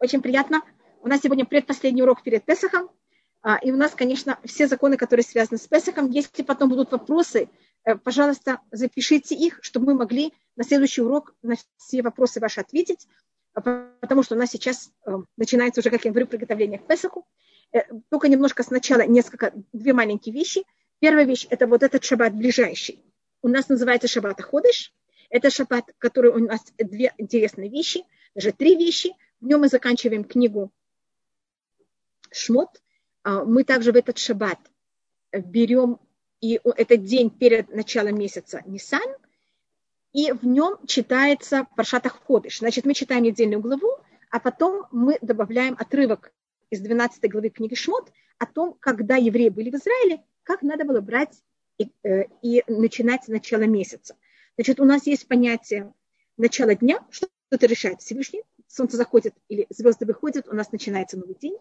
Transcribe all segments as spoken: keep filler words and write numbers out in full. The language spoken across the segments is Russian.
Очень приятно. У нас сегодня предпоследний урок перед Песахом. И у нас, конечно, все законы, которые связаны с Песахом. Если потом будут вопросы, пожалуйста, запишите их, чтобы мы могли на следующий урок на все вопросы ваши ответить. Потому что у нас сейчас начинается уже, как я говорю, приготовление к Песаху. Только немножко сначала несколько, две маленькие вещи. Первая вещь – это вот этот шаббат ближайший. У нас называется шаббат ха-ходеш. Это шаббат, который у нас две интересные вещи, даже три вещи. В нем мы заканчиваем книгу Шмот. Мы также в этот шаббат берем, и этот день перед началом месяца Нисан, и в нем читается Паршат ха-ходеш. Значит, мы читаем недельную главу, а потом мы добавляем отрывок из двенадцатой главы книги Шмот о том, когда евреи были в Израиле, как надо было брать и, э, и начинать с начала месяца. Значит, у нас есть понятие начала дня, что это решает Всевышний. Солнце заходит или звезды выходят, у нас начинается новый день.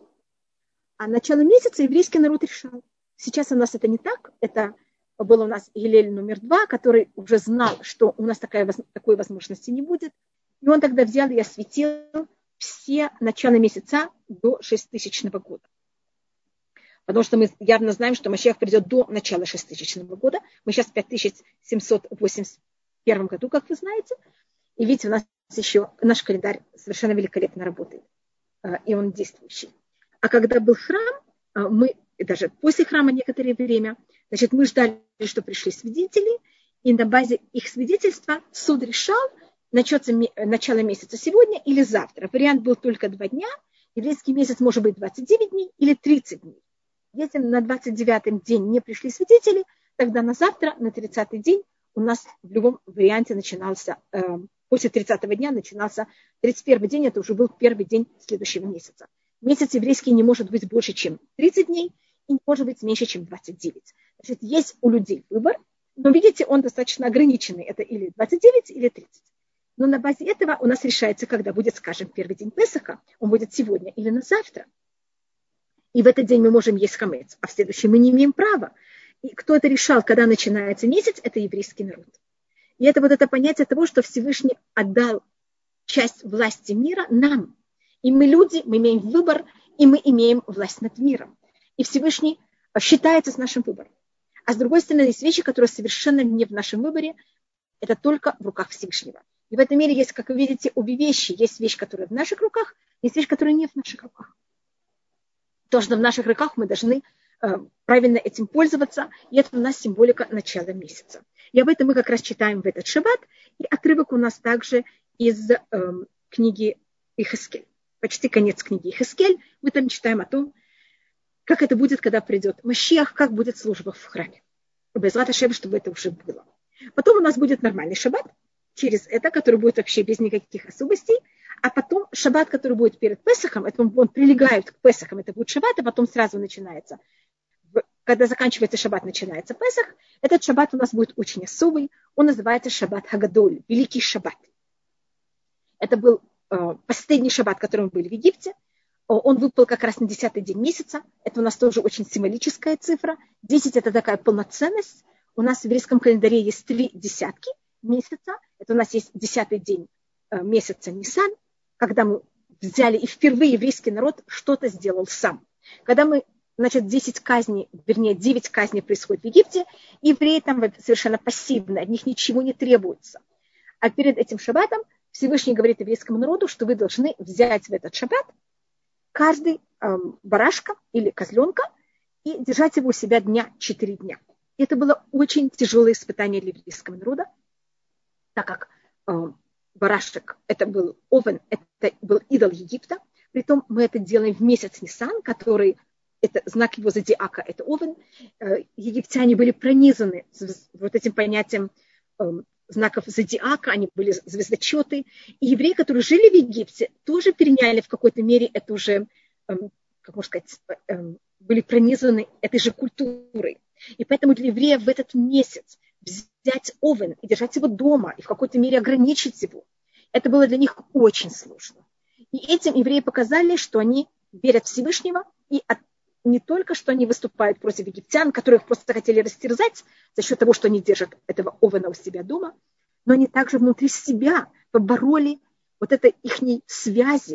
А начало месяца еврейский народ решал. Сейчас у нас это не так. Это был у нас Гилель номер два, который уже знал, что у нас такая, такой возможности не будет. И он тогда взял и осветил все начала месяца до шеститысячного года. Потому что мы явно знаем, что Машиах придет до начала шеститысячного года. Мы сейчас в пять тысяч семьсот восемьдесят первом году, как вы знаете. И видите, у нас еще наш календарь совершенно великолепно работает. И он действующий. А когда был храм, мы, даже после храма некоторое время, значит, мы ждали, что пришли свидетели, и на базе их свидетельства суд решал, начнется начало месяца сегодня или завтра. Вариант был только два дня. Еврейский месяц может быть двадцать девять дней или тридцать дней. Если на двадцать девятый день не пришли свидетели, тогда на завтра, на тридцатый день, у нас в любом варианте начинался, э, после тридцатого дня начинался тридцать первый день, это уже был первый день следующего месяца. Месяц еврейский не может быть больше, чем тридцать дней, и не может быть меньше, чем двадцать девять. Значит, есть у людей выбор, но, видите, он достаточно ограниченный, это или двадцать девять, или тридцать. Но на базе этого у нас решается, когда будет, скажем, первый день Песаха, он будет сегодня или на завтра. И в этот день мы можем есть хамец, а в следующий мы не имеем права. И кто это решал, когда начинается месяц, это еврейский народ. И это вот это понятие того, что Всевышний отдал часть власти мира нам. И мы люди, мы имеем выбор, и мы имеем власть над миром. И Всевышний считается с нашим выбором. А с другой стороны, есть вещи, которые совершенно не в нашем выборе, это только в руках Всевышнего. И в этом мире есть, как вы видите, обе вещи. Есть вещь, которая в наших руках, есть вещь, которая не в наших руках. То, что в наших руках, мы должны э, правильно этим пользоваться. И это у нас символика начала месяца. И об этом мы как раз читаем в этот шаббат. И отрывок у нас также из э, книги Ихескель. Почти конец книги Ихескель. Мы там читаем о том, как это будет, когда придет Машиах, как будет служба в храме. Безрат Ашем, чтобы это уже было. Потом у нас будет нормальный шаббат. Через это, который будет вообще без никаких особостей. А потом шаббат, который будет перед Песахом, это он, он прилегает к Песахам, это будет шаббат, а потом сразу начинается. Когда заканчивается шаббат, начинается Песах. Этот шаббат у нас будет очень особый. Он называется шаббат Хагадоль, великий шаббат. Это был э, последний шаббат, который мы были в Египте. Он выпал как раз на десятый день месяца. Это у нас тоже очень символическая цифра. Десять – это такая полноценность. У нас в еврейском календаре есть три десятки месяца. Это у нас есть десятый день э, месяца Нисан, когда мы взяли, и впервые еврейский народ что-то сделал сам. Когда мы, значит, десять казней, вернее, девять казней происходит в Египте, евреи там совершенно пассивны, от них ничего не требуется. А перед этим шаббатом Всевышний говорит еврейскому народу, что вы должны взять в этот шаббат каждый эм, барашка или козленка и держать его у себя дня, четыре дня. И это было очень тяжелое испытание для еврейского народа, так как эм, барашек, это был овен, это был идол Египта. Притом мы это делаем в месяц Нисан, который, это знак его зодиака, это овен. Египтяне были пронизаны вот этим понятием знаков зодиака, они были звездочеты. И евреи, которые жили в Египте, тоже переняли в какой-то мере это уже, как можно сказать, были пронизаны этой же культурой. И поэтому для евреев в этот месяц взять овен и держать его дома, и в какой-то мере ограничить его, это было для них очень сложно. И этим евреи показали, что они верят в Всевышнего, и от, не только, что они выступают против египтян, которых просто хотели растерзать за счет того, что они держат этого овена у себя дома, но они также внутри себя побороли вот это их связи,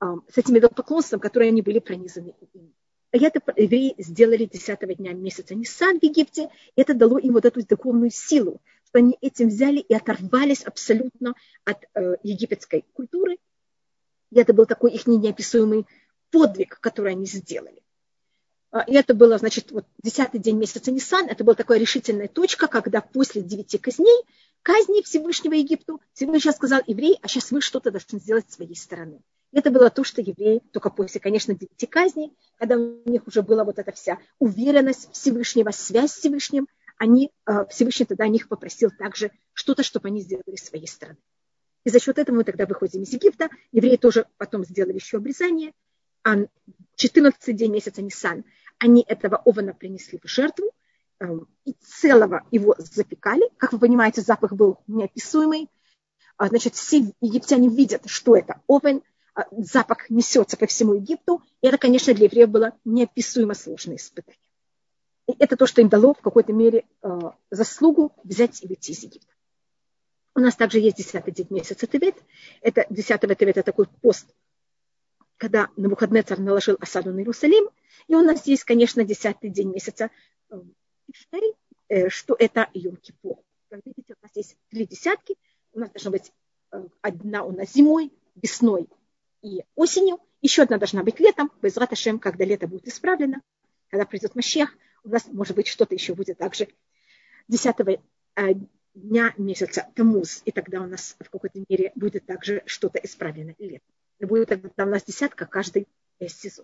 с этим идолопоклонством, которое они были пронизаны им. А это евреи сделали десятого дня месяца Нисан в Египте, и это дало им вот эту духовную силу, что они этим взяли и оторвались абсолютно от э, египетской культуры. И это был такой их неописуемый подвиг, который они сделали. И это было, значит, вот десятый день месяца Нисан, это была такая решительная точка, когда после девяти казней, казни Всевышнего Египту, Всевышний сказал: евреи, а сейчас вы что-то должны сделать с своей стороны. И это было то, что евреи, только после, конечно, девяти казней, когда у них уже была вот эта вся уверенность Всевышнего, связь с Всевышним, они, Всевышний тогда о них попросил также что-то, чтобы они сделали с своей стороны. И за счет этого мы тогда выходим из Египта. Евреи тоже потом сделали еще обрезание. А четырнадцатый день месяца Нисан они этого овна принесли в жертву и целого его запекали. Как вы понимаете, запах был неописуемый. Значит, все египтяне видят, что это овен. Запах несется по всему Египту. И это, конечно, для евреев было неописуемо сложное испытание. И это то, что им дало в какой-то мере заслугу взять и выйти из Египта. У нас также есть десятый день месяца Тевет. Это десятый Тевет, это такой пост, когда Навуходнецар наложил осаду на Иерусалим. И у нас есть, конечно, десятый день месяца Тишрей, что это Йом-Кипур. Как видите, у нас есть три десятки. У нас должна быть одна у нас зимой, весной и осенью. Еще одна должна быть летом. Безрат Ашем, когда лето будет исправлено, когда придет Машиах, у нас, может быть, что-то еще будет также десятого дня месяца Тамуз. И тогда у нас в какой-то мере будет также что-то исправлено летом. Будет тогда у нас десятка каждый сезон.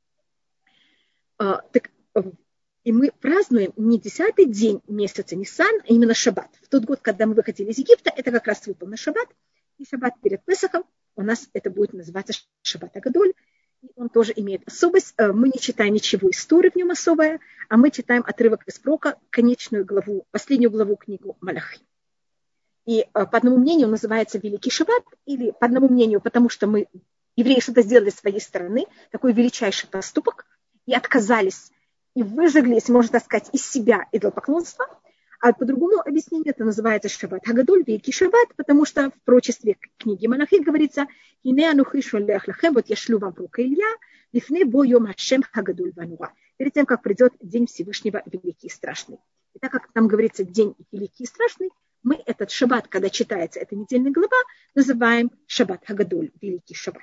А, так, и мы празднуем не десятый день месяца Нисан, а именно Шаббат. В тот год, когда мы выходили из Египта, это как раз выпал на Шаббат. И Шаббат перед Песахом у нас это будет называться Шаббат Агадоль. И он тоже имеет особость. Мы не читаем ничего истории в нем особое, а мы читаем отрывок из пророка, конечную главу, последнюю главу книгу Малахи. И по одному мнению он называется Великий Шаббат, или по одному мнению, потому что мы, евреи, что-то сделали с своей стороны, такой величайший поступок, и отказались, и выжгли, если можно так сказать, из себя идолопоклонство. А по другому объяснению это называется Шаббат Хагадоль, Великий Шаббат, потому что в пророчестве книги Малахи говорится: «Ине анухи шолех лахем, вот я шлю вам пророка Илья, лифне бо йом хашем Хагадоль вануа». Перед тем, как придет день Всевышнего Великий и Страшный. И так как там говорится день Великий и Страшный, мы этот шаббат, когда читается эта недельная глава, называем Шаббат Хагадоль, Великий Шаббат.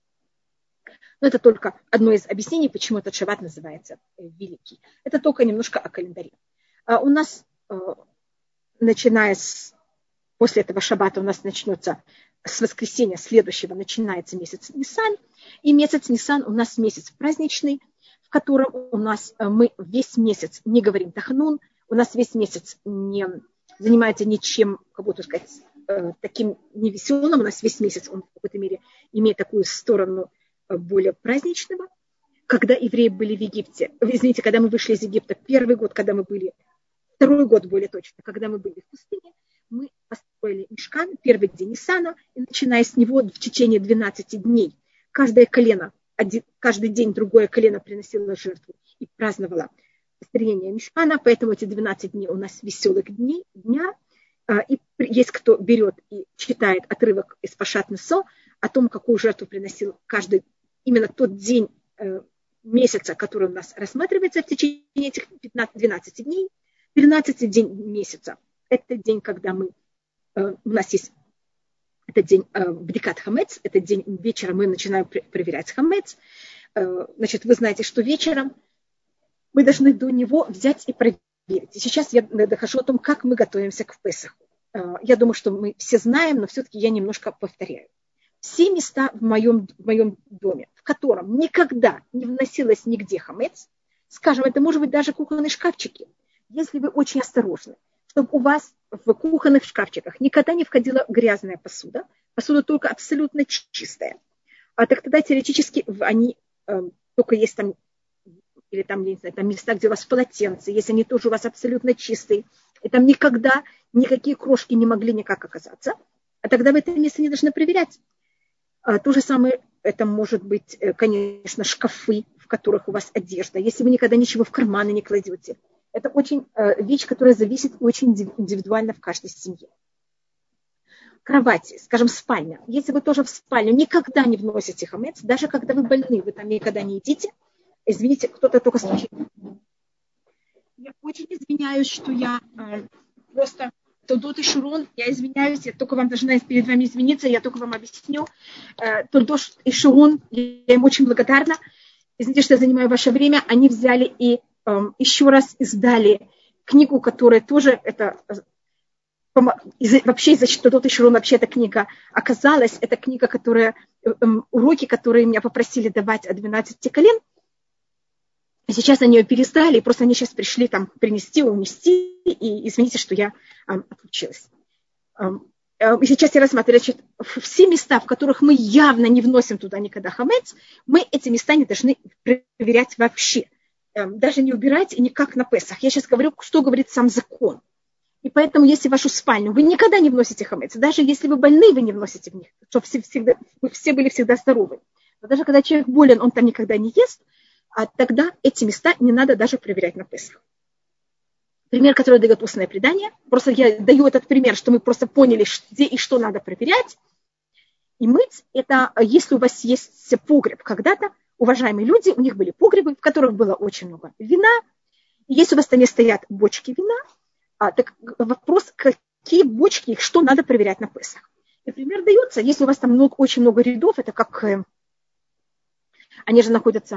Но это только одно из объяснений, почему этот шаббат называется Великий. Это только немножко о календаре. А у нас, начиная с, после этого шаббата, у нас начнется с воскресенья следующего, начинается месяц Нисан. И месяц Нисан у нас месяц праздничный, в котором у нас мы весь месяц не говорим Тахнун, у нас весь месяц не занимается ничем, как будто сказать, таким невеселым. У нас весь месяц он в какой-то мере имеет такую сторону более праздничного. Когда евреи были в Египте, извините, когда мы вышли из Египта, первый год, когда мы были, второй год более точно, когда мы были в пустыне, мы построили мишкан, первый день Нисана, и начиная с него в течение двенадцати дней, каждое колено, один, каждый день другое колено приносило жертву и праздновало построение мишкана, поэтому эти двенадцать дней у нас веселых дней, дня, и есть кто берет и читает отрывок из Пашат Несо о том, какую жертву приносил каждый, именно тот день месяца, который у нас рассматривается в течение этих двенадцати дней. тринадцатый день месяца – это день, когда мы, у нас есть, это день Бдикат Хамец, это день вечером мы начинаем проверять Хамец. Значит, вы знаете, что вечером мы должны до него взять и проверить. И сейчас я дохожу о том, как мы готовимся к Песаху. Я думаю, что мы все знаем, но все-таки я немножко повторяю. Все места в моем, в моем доме, в котором никогда не вносилось нигде хамец, скажем, это может быть даже кухонные шкафчики, если вы очень осторожны, чтобы у вас в кухонных шкафчиках никогда не входила грязная посуда, посуда только абсолютно чистая, а так тогда теоретически они э, только есть там, или там, не знаю, там места, где у вас полотенце, если они тоже у вас абсолютно чистые, и там никогда никакие крошки не могли никак оказаться, а тогда вы это место не должны проверять. А то же самое, это может быть, конечно, шкафы, в которых у вас одежда, если вы никогда ничего в карманы не кладете. Это очень вещь, которая зависит очень индивидуально в каждой семье. кровати, скажем, спальня. Если вы тоже в спальню никогда не вносите хамец, даже когда вы больны, вы там никогда не едите, извините, кто-то только стучит. Я очень извиняюсь, что я э, просто Толдот и Шурун, я извиняюсь, я только вам должна перед вами извиниться, я только вам объясню. Э, Толдот и Шурун, я им очень благодарна. Извините, что я занимаю ваше время. Они взяли и э, еще раз издали книгу, которая тоже, это из, вообще из-за Толдот и Шурун вообще эта книга оказалась, это книга, которая, э, э, уроки, которые меня попросили давать о двенадцати колен. Сейчас они ее перестали, просто они сейчас пришли там принести, унести, и извините, что я um, отключилась. Um, uh, сейчас я рассматриваю, значит, все места, в которых мы явно не вносим туда никогда хамец, мы эти места не должны проверять вообще. Um, даже не убирать и никак на Песах. Я сейчас говорю, что говорит сам закон. И поэтому, если в вашу спальню вы никогда не вносите хамец, даже если вы больны, вы не вносите в них, чтобы все, всегда, вы все были всегда здоровы. Но даже когда человек болен, он там никогда не ест, а тогда эти места не надо даже проверять на Песах. Пример, который дает устное предание. Просто я даю этот пример, что мы просто поняли, где и что надо проверять. И мыть, это если у вас есть погреб когда-то, уважаемые люди, у них были погребы, в которых было очень много вина. И если у вас там стоят бочки вина, а, так вопрос, какие бочки, их что надо проверять на Песах. И пример дается, если у вас там много, очень много рядов, это как э, они же находятся...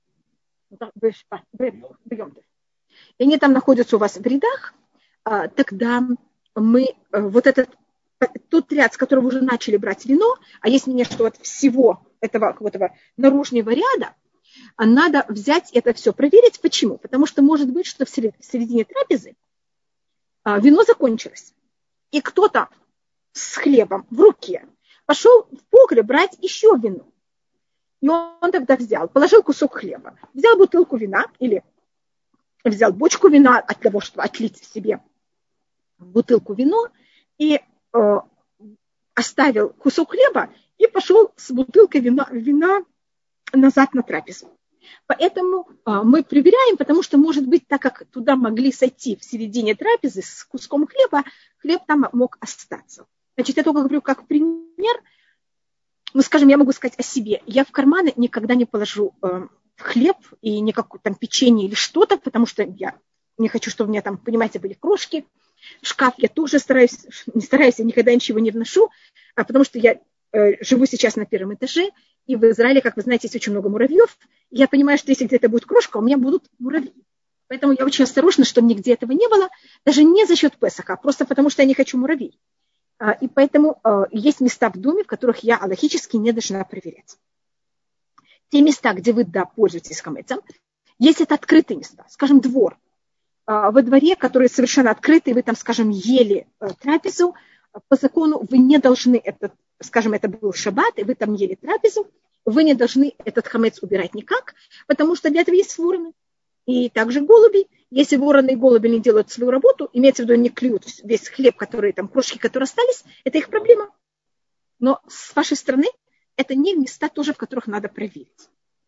И они там находятся у вас в рядах, тогда мы вот этот тот ряд, с которого уже начали брать вино, а есть мнение, что от всего этого, этого наружного ряда надо взять это все, проверить. Почему? Потому что может быть, что в середине трапезы вино закончилось, и кто-то с хлебом в руке пошел в погреб брать еще вино. И он тогда взял, положил кусок хлеба, взял бутылку вина или взял бочку вина от того, чтобы отлить себе бутылку вина, и э, оставил кусок хлеба и пошел с бутылкой вина, вина назад на трапезу. Поэтому э, мы проверяем, потому что, может быть, так как туда могли сойти в середине трапезы с куском хлеба, хлеб там мог остаться. Значит, я только говорю как пример. Ну, скажем, я могу сказать о себе. Я в карманы никогда не положу э, хлеб и никакое там печенье или что-то, потому что я не хочу, чтобы у меня там, понимаете, были крошки. Шкаф я тоже стараюсь, не стараюсь, я никогда ничего не вношу, а потому что я э, живу сейчас на первом этаже, и в Израиле, как вы знаете, есть очень много муравьев. И я понимаю, что если где-то будет крошка, у меня будут муравьи. Поэтому я очень осторожна, чтобы нигде этого не было, даже не за счет Песаха, а просто потому что я не хочу муравей. И поэтому э, есть места в доме, в которых я аллахически не должна проверять. Те места, где вы, да, пользуетесь хамецом, если это открытые места, скажем, двор, э, во дворе, который совершенно открытый, вы там, скажем, ели э, трапезу, по закону вы не должны, этот, скажем, это был шаббат, и вы там ели трапезу, вы не должны этот хамец убирать никак, потому что для этого есть вороны. И также голуби. Если вороны и голуби не делают свою работу, имеется в виду, не клюют весь хлеб, которые там, крошки, которые остались, это их проблема. Но с вашей стороны это не места тоже, в которых надо проверить.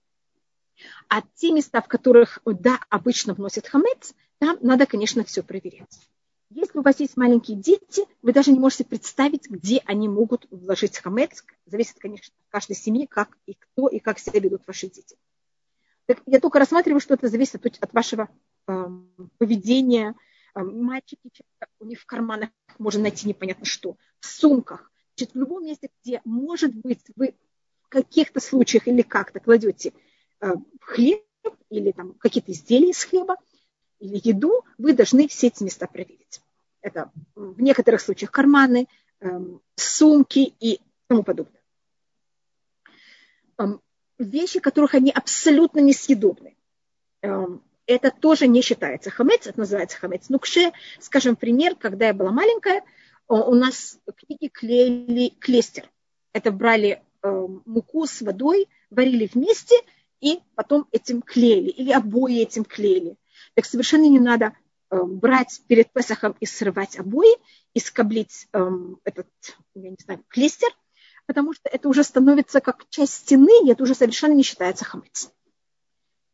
А те места, в которых, да, обычно вносят хамец, там надо, конечно, все проверять. Если у вас есть маленькие дети, вы даже не можете представить, где они могут вложить хамец. Зависит, конечно, от каждой семьи, как и кто, и как себя ведут ваши дети. Так я только рассматриваю, что это зависит от вашего э, поведения. Э, мальчики, у них в карманах можно найти непонятно что, в сумках. Значит, в любом месте, где, может быть, вы в каких-то случаях или как-то кладете э, хлеб или там, какие-то изделия из хлеба или еду, вы должны все эти места проверить. Это в некоторых случаях карманы, э, сумки и тому подобное. Вещи, которых они абсолютно несъедобны. Это тоже не считается хамец, это называется хамец нукше. Скажем, пример, когда я была маленькая, у нас книги клеили клейстер. Это брали муку с водой, варили вместе и потом этим клеили, или обои этим клеили. Так совершенно не надо брать перед Песахом и срывать обои, и скоблить этот, я не знаю, клейстер, потому что это уже становится как часть стены, и это уже совершенно не считается хамец.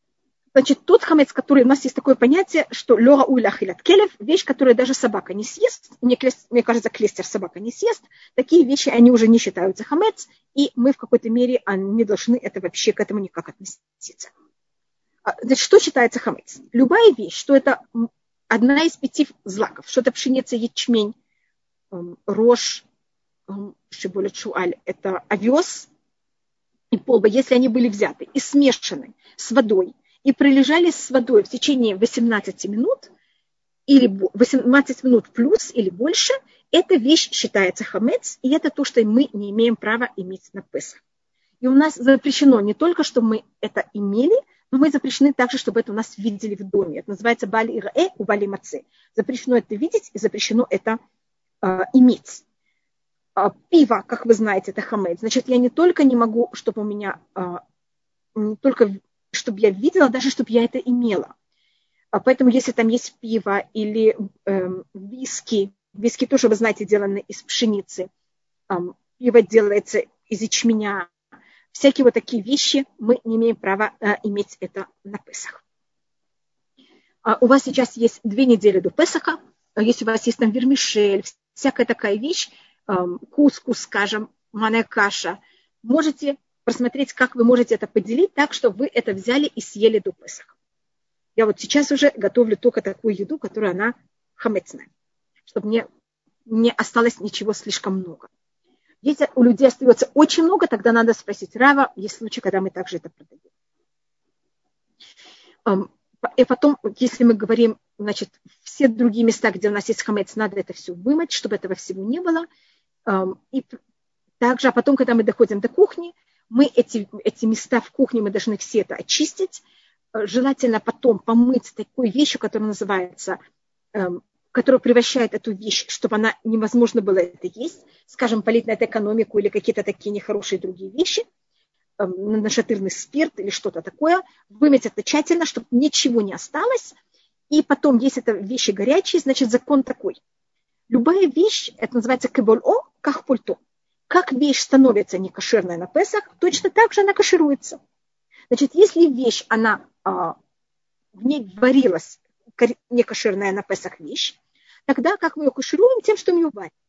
Значит, тот хамец, который у нас есть такое понятие, что лора улях или келев, вещь, которую даже собака не съест, мне, мне кажется, клестер собака не съест, такие вещи, они уже не считаются хамец, и мы в какой-то мере не должны это вообще к этому никак относиться. Значит, что считается хамец? Любая вещь, что это одна из пяти злаков, что это пшеница, ячмень, рожь, шиболет шуаль, это овес и полба, если они были взяты и смешаны с водой, и пролежали с водой в течение восемнадцати минут, или восемнадцать минут плюс или больше, эта вещь считается хамец, и это то, что мы не имеем права иметь на Песах. И у нас запрещено не только, чтобы мы это имели, но мы запрещены также, чтобы это у нас видели в доме. Это называется бали ираэ у бали маце. Запрещено это видеть и запрещено это э, иметь. А, пиво, как вы знаете, это хамец. Значит, я не только не могу, чтобы у меня, э, не только чтобы я видела, даже чтобы я это имела. А поэтому, если там есть пиво или э, виски, виски тоже, вы знаете, сделаны из пшеницы, э, пиво делается из ячменя, всякие вот такие вещи, мы не имеем права э, иметь это на Песах. А у вас сейчас есть две недели до Песаха, если у вас есть там вермишель, всякая такая вещь, э, кускус, скажем, манная каша, можете просмотреть, как вы можете это поделить так, чтобы вы это взяли и съели до Песаха. Я вот сейчас уже готовлю только такую еду, которая она хамецная, чтобы мне не осталось ничего слишком много. Если у людей остается очень много, тогда надо спросить Рава, есть случаи, когда мы также это продаем. И потом, если мы говорим, значит, все другие места, где у нас есть хамец, надо это все вымыть, чтобы этого всего не было. И также, а потом, когда мы доходим до кухни, мы эти, эти места в кухне, мы должны все это очистить. Желательно потом помыть такой вещью, которая называется, эм, которая превращает эту вещь, чтобы она невозможно было это есть, скажем, полить на это экономику или какие-то такие нехорошие другие вещи, эм, нашатырный спирт или что-то такое, вымыть это тщательно, чтобы ничего не осталось. И потом, если это вещи горячие, значит, закон такой. Любая вещь, это называется кебол-о, как пульто. Как вещь становится некошерной на Песах, точно так же она кашируется. Значит, если вещь, она, а, в ней варилась некошерная на Песах вещь, тогда как мы ее кашируем? Тем, что мы ее варим.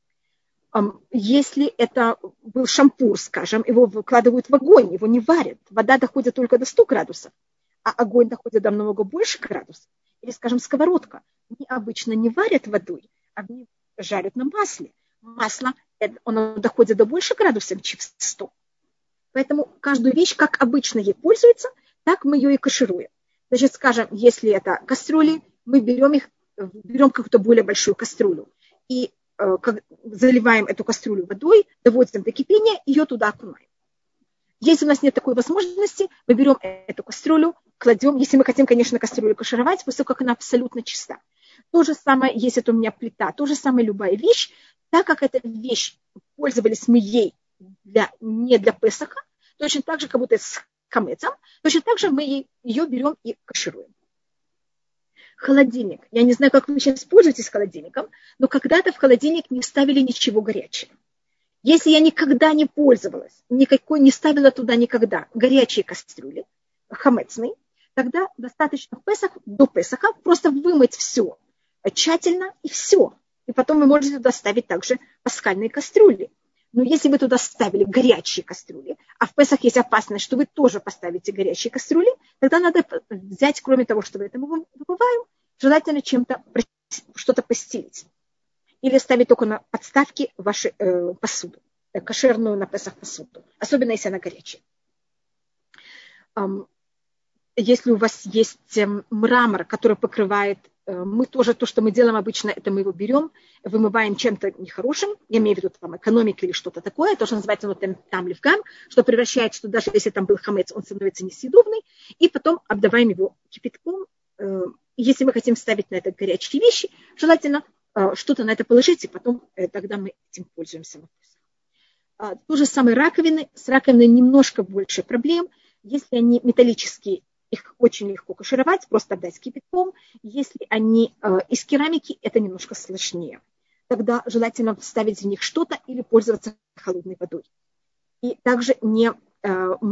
А, если это был шампур, скажем, его выкладывают в огонь, его не варят. Вода доходит только до ста градусов, а огонь доходит до намного больше градусов. Или, скажем, сковородка. Они обычно не варят водой, а они жарят на масле. Масло, оно доходит до больше градусов, чем сто. Поэтому каждую вещь, как обычно ей пользуется, так мы ее и кашируем. Значит, скажем, если это кастрюли, мы берем их, берем какую-то более большую кастрюлю и э, как, заливаем эту кастрюлю водой, доводим до кипения, ее туда окунаем. Если у нас нет такой возможности, мы берем эту кастрюлю, кладем, если мы хотим, конечно, кастрюлю кашировать, после того, как она абсолютно чиста. То же самое, если это у меня плита, то же самое любая вещь, так как эта вещь, пользовались мы ей для, не для Песаха, точно так же, как будто с хамецом, точно так же мы ее берем и кашируем. Холодильник. Я не знаю, как вы сейчас пользуетесь холодильником, но когда-то в холодильник не ставили ничего горячего. Если я никогда не пользовалась, никакой, не ставила туда никогда горячие кастрюли, хамецные, тогда достаточно в Песах, до Песаха просто вымыть все тщательно и все. И потом вы можете туда ставить также пасхальные кастрюли. Но если вы туда ставили горячие кастрюли, а в Песах есть опасность, что вы тоже поставите горячие кастрюли, тогда надо взять, кроме того, что мы это вымываем, желательно чем-то что-то постелить. Или ставить только на подставки вашу э, посуду, э, кошерную на Песах посуду, особенно если она горячая. Um, если у вас есть э, мрамор, который покрывает, э, мы тоже то, что мы делаем обычно, это мы его берем, вымываем чем-то нехорошим, я имею в виду там экономика или что-то такое, то, что называется ну, там левгам, что превращает, что даже если там был хамец, он становится несъедобный, и потом обдаваем его кипятком. Э, если мы хотим ставить на это горячие вещи, желательно что-то на это положить, и потом э, тогда мы этим пользуемся. А, то же самое раковины. С раковиной немножко больше проблем. Если они металлические, их очень легко кашировать, просто обдать кипятком. Если они э, из керамики, это немножко сложнее. Тогда желательно вставить в них что-то или пользоваться холодной водой. И также не, э,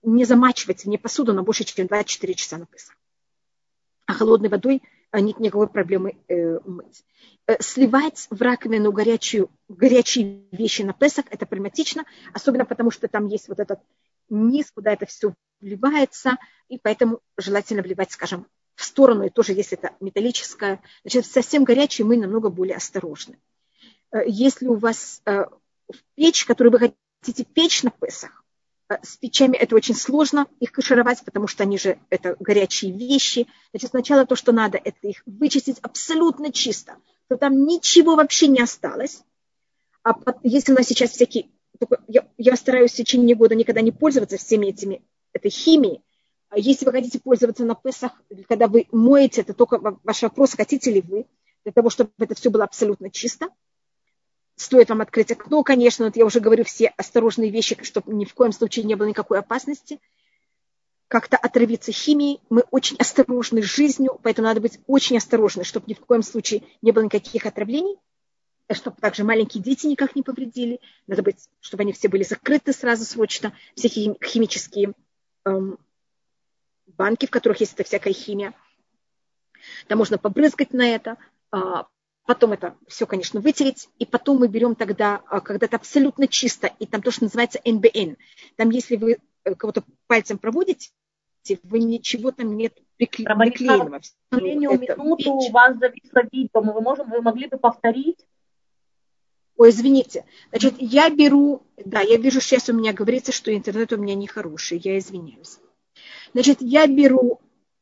не замачивать не посуду на больше, чем двадцать четыре часа на Песах. А холодной водой нет никакой проблемы э, мыть. Э, сливать в раковину горячую, горячие вещи на Песах, это проблематично, особенно потому, что там есть вот этот низ, куда это все вливается, и поэтому желательно вливать, скажем, в сторону, и тоже если это металлическое. Значит, совсем горячие мы намного более осторожны. Э, если у вас э, печь, которую вы хотите печь на Песах, с печами это очень сложно их кашировать, потому что они же это горячие вещи. Значит, сначала то, что надо, это их вычистить абсолютно чисто, что там ничего вообще не осталось. А если у нас сейчас всякие... Я, я стараюсь в течение года никогда не пользоваться всеми этими этой химией. А если вы хотите пользоваться на Песах, когда вы моете, это только ваш вопрос, хотите ли вы, для того, чтобы это все было абсолютно чисто. Стоит вам открыть окно, конечно, вот я уже говорю все осторожные вещи, чтобы ни в коем случае не было никакой опасности. Как-то отравиться химией. Мы очень осторожны с жизнью, поэтому надо быть очень осторожны, чтобы ни в коем случае не было никаких отравлений, чтобы также маленькие дети никак не повредили. Надо быть, чтобы они все были закрыты сразу срочно. Все химические эм, банки, в которых есть эта всякая химия. Там можно побрызгать на это. Потом это все, конечно, вытереть, и потом мы берем тогда, когда это абсолютно чисто, и там то, что называется эн бэ эн. Там, если вы кого-то пальцем проводите, вы ничего там нет приклеенного. К сожалению, минуту у вас зависло видео, вы, можем, вы могли бы повторить? Ой, извините. Значит, я беру, да, я вижу, сейчас у меня говорится, что интернет у меня нехороший, я извиняюсь. Значит, я беру...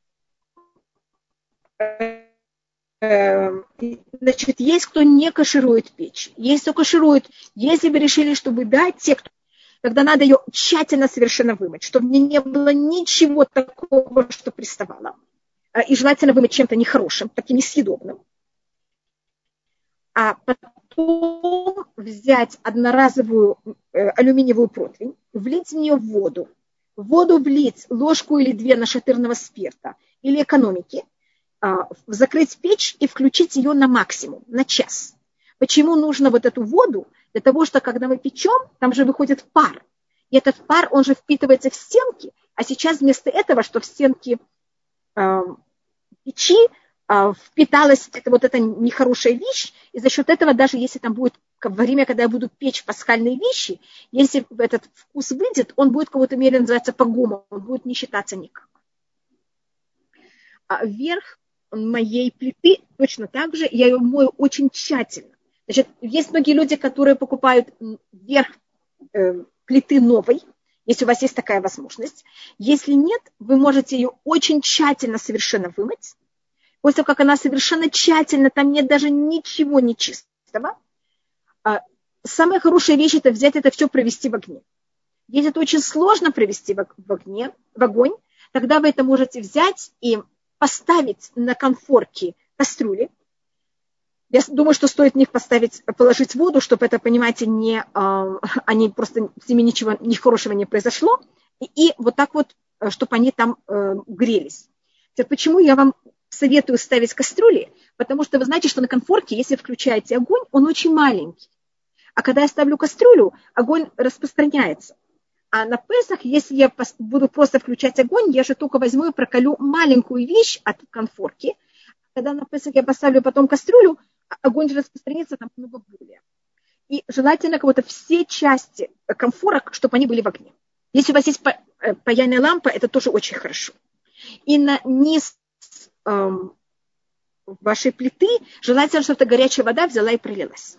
Значит, есть кто не каширует печь, есть кто каширует. Если вы решили, чтобы дать те, кто... Тогда надо ее тщательно совершенно вымыть, чтобы не было ничего такого, что приставало. И желательно вымыть чем-то нехорошим, таким несъедобным. А потом взять одноразовую э, алюминиевую противень, влить в нее воду. В воду влить ложку или две нашатырного спирта или экономики, закрыть печь и включить ее на максимум, на час. Почему нужно вот эту воду? Для того, что когда мы печем, там же выходит пар. И этот пар, он же впитывается в стенки, а сейчас вместо этого, что в стенки э, печи э, впиталась эта, вот эта нехорошая вещь, и за счет этого, даже если там будет во время, когда я буду печь пасхальные вещи, если этот вкус выйдет, он будет в какой-то мере называться погумом, он будет не считаться никак. А вверх моей плиты точно так же, я ее мою очень тщательно. Значит, есть многие люди, которые покупают верх э, плиты новой, если у вас есть такая возможность. Если нет, вы можете ее очень тщательно совершенно вымыть. После того, как она совершенно тщательно, там нет даже ничего нечистого. А самая хорошая вещь – это взять это все, провести в огне. Если это очень сложно провести в, в, огне, в огонь, тогда вы это можете взять и поставить на конфорке кастрюли. Я думаю, что стоит в них поставить, положить воду, чтобы это, понимаете, не, э, они просто с ними ничего нехорошего не произошло. И, и вот так вот, чтобы они там э, грелись. Теперь, почему я вам советую ставить кастрюли? Потому что вы знаете, что на конфорке, если включаете огонь, он очень маленький. А когда я ставлю кастрюлю, огонь распространяется. А на Песах, если я буду просто включать огонь, я же только возьму и проколю маленькую вещь от конфорки. Когда на Песах я поставлю потом кастрюлю, огонь же распространится там много более. И желательно кого-то все части конфорок, чтобы они были в огне. Если у вас есть паяльная лампа, это тоже очень хорошо. И на низ эм, вашей плиты желательно, чтобы эта горячая вода взяла и пролилась.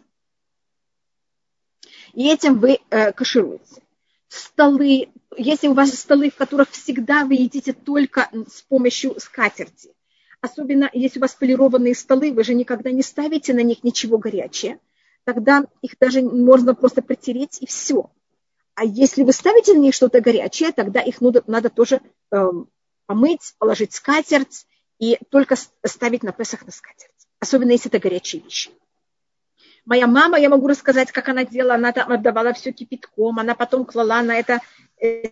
И этим вы э, кашируете. Столы, если у вас столы, в которых всегда вы едите только с помощью скатерти, особенно если у вас полированные столы, вы же никогда не ставите на них ничего горячее, тогда их даже можно просто протереть и все. А если вы ставите на них что-то горячее, тогда их надо, надо тоже э, помыть, положить скатерть и только ставить на Песах на скатерть, особенно если это горячие вещи. Моя мама, я могу рассказать, как она делала, она там отдавала все кипятком, она потом клала на это э,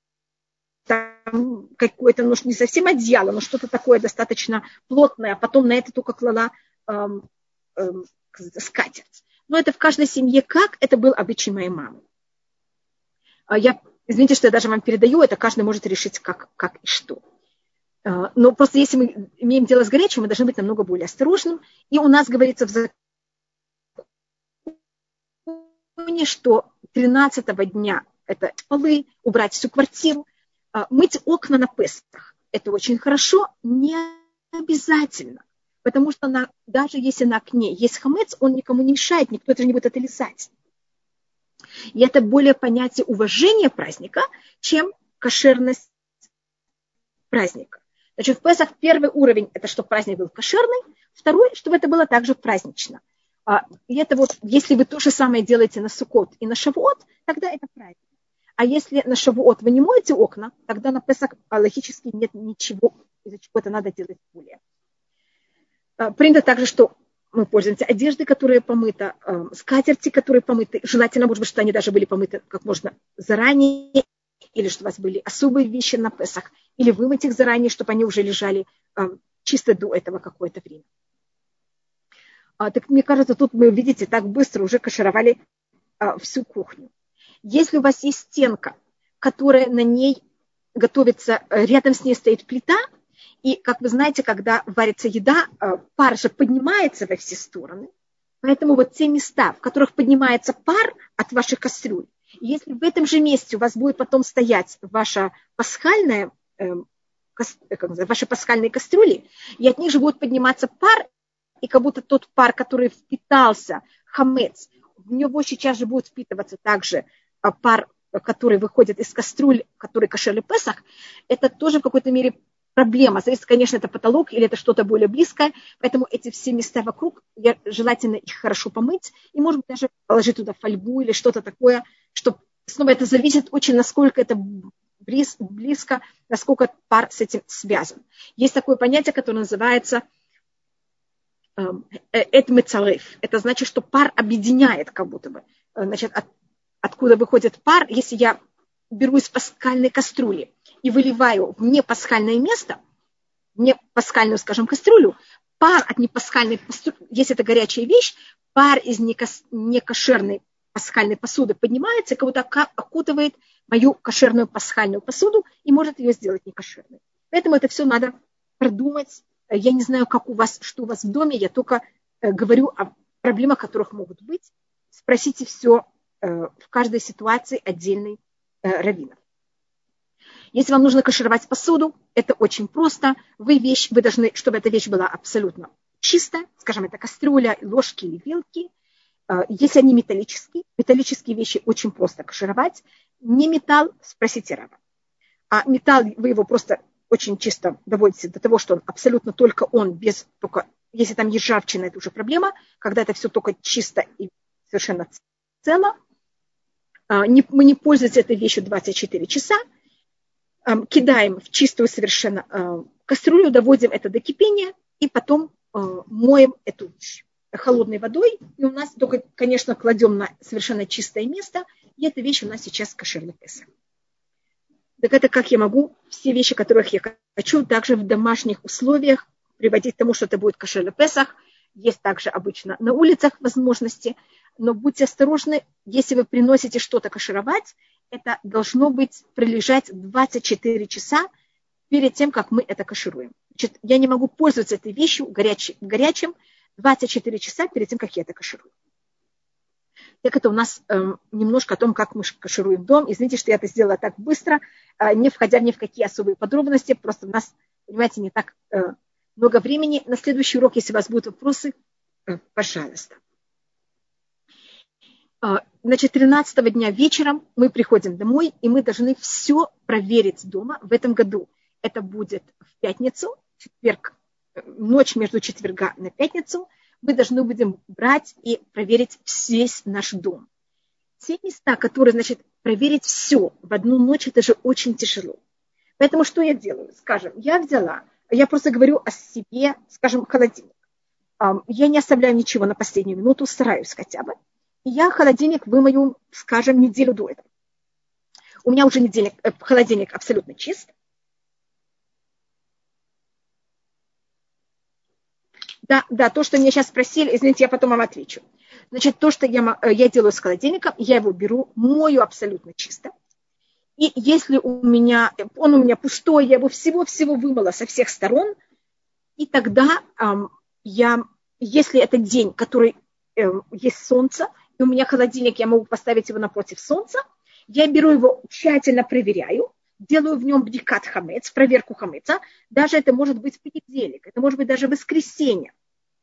там, какое-то, ну, не совсем одеяло, но что-то такое достаточно плотное, а потом на это только клала э, э, скатерть. Но это в каждой семье как, это был обычай моей мамы. Я Извините, что я даже вам передаю, это каждый может решить, как, как и что. Но просто если мы имеем дело с горячим, мы должны быть намного более осторожным. И у нас говорится в законе, что тринадцатого дня это полы, убрать всю квартиру, мыть окна на Песах. Это очень хорошо, не обязательно. Потому что на, даже если на окне есть хамец, он никому не мешает, никто это не будет это лизать. И это более понятие уважения праздника, чем кошерность праздника. Значит, в Песах первый уровень – это чтобы праздник был кошерный, второй, чтобы это было также празднично. И это вот, если вы то же самое делаете на Суккот и на Шавуот, тогда это праздник. А если на Шавуот вы не моете окна, тогда на Песах логически нет ничего, из-за чего это надо делать более. Принято также, что мы пользуемся одеждой, которая помыта, скатерти, которые помыты. Желательно, может быть, что они даже были помыты как можно заранее, или что у вас были особые вещи на Песах, или вымыть их заранее, чтобы они уже лежали чисто до этого какое-то время. Так мне кажется, тут вы видите, так быстро уже кашировали всю кухню. Если у вас есть стенка, которая на ней готовится, рядом с ней стоит плита, и, как вы знаете, когда варится еда, пар же поднимается во все стороны. Поэтому вот те места, в которых поднимается пар от ваших кастрюль, если в этом же месте у вас будет потом стоять ваша пасхальная, э, как называется, ваши пасхальные кастрюли, и от них же будет подниматься пар, и как будто тот пар, который впитался, хамец, в него сейчас же будет впитываться также пар, который выходит из кастрюль, который кошерный Песах, это тоже в какой-то мере проблема. Зависит, конечно, это потолок или это что-то более близкое, поэтому эти все места вокруг, желательно их хорошо помыть, и, может быть, даже положить туда фольгу или что-то такое, что снова это зависит очень, насколько это близко, насколько пар с этим связан. Есть такое понятие, которое называется этмецареф. Это значит, что пар объединяет как будто бы. Значит, от, откуда выходит пар, если я беру из пасхальной кастрюли и выливаю в непасхальное место, в непасхальную, скажем, кастрюлю, пар от непасхальной кастрюли, если это горячая вещь, пар из некошерной пасхальной посуды поднимается, как будто окутывает мою кошерную пасхальную посуду и может ее сделать некошерной. Поэтому это все надо продумать. Я не знаю, как у вас, что у вас в доме, я только говорю о проблемах, которых могут быть. Спросите все в каждой ситуации отдельной раввинов. Если вам нужно кашировать посуду, это очень просто. Вы вещь, вы должны, чтобы эта вещь была абсолютно чистая, скажем, это кастрюля, ложки или вилки. Если они металлические, металлические вещи очень просто кашировать. Не металл, спросите раба. А металл, вы его просто очень чисто доводите до того, что он абсолютно только он, без только, если там есть ржавчина, это уже проблема. Когда это все только чисто и совершенно цело, мы не пользуемся этой вещью двадцать четыре часа, кидаем в чистую совершенно кастрюлю, доводим это до кипения и потом моем эту вещь холодной водой. И у нас только, конечно, кладем на совершенно чистое место, и эта вещь у нас сейчас кошерный Песах. Так это как я могу все вещи, которых я хочу, также в домашних условиях приводить к тому, что это будет кошерный Песах. Есть также обычно на улицах возможности, но будьте осторожны, если вы приносите что-то кашировать, это должно быть пролежать двадцать четыре часа перед тем, как мы это кашируем. Значит, я не могу пользоваться этой вещью горячим, горячим двадцать четыре часа перед тем, как я это каширую. Так это у нас э, немножко о том, как мы кашируем дом. Извините, что я это сделала так быстро, э, не входя ни в какие особые подробности. Просто у нас, понимаете, не так э, много времени. На следующий урок, если у вас будут вопросы, э, пожалуйста. Э, значит, тринадцатого дня вечером мы приходим домой, и мы должны все проверить дома. В этом году это будет в пятницу, четверг, ночь между четверга на пятницу. Мы должны будем брать и проверить весь наш дом. Те места, которые, значит, проверить все в одну ночь, это же очень тяжело. Поэтому что я делаю? Скажем, я взяла, я просто говорю о себе, скажем, холодильник. Я не оставляю ничего на последнюю минуту, стараюсь хотя бы. И я холодильник вымою, скажем, неделю до этого. У меня уже недельник, холодильник абсолютно чист. Да, да, то, что меня сейчас спросили, извините, я потом вам отвечу. Значит, то, что я, я делаю с холодильником, я его беру, мою абсолютно чисто. И если у меня, он у меня пустой, я его всего-всего вымыла со всех сторон, и тогда эм, я, если это день, который эм, есть солнце, и у меня холодильник, я могу поставить его напротив солнца, я беру его, тщательно проверяю, делаю в нем бдикат хамец, проверку хамеца, даже это может быть понедельник, это может быть даже воскресенье.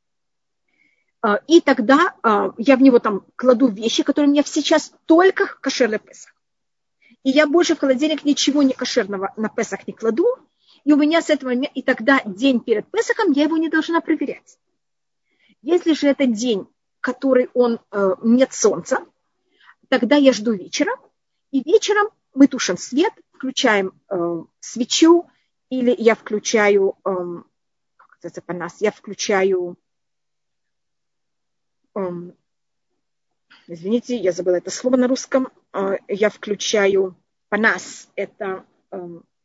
И тогда я в него там кладу вещи, которые у меня сейчас только кошер для Песах. И я больше в холодильник ничего не кошерного на Песах не кладу, и у меня с этого момента, и тогда день перед Песахом я его не должна проверять. Если же это день, который он нет солнца, тогда я жду вечера, и вечером мы тушим свет, включаем э, свечу, или я включаю, э, как это по нас, я включаю, э, извините, я забыла это слово на русском, э, я включаю по нас, это э,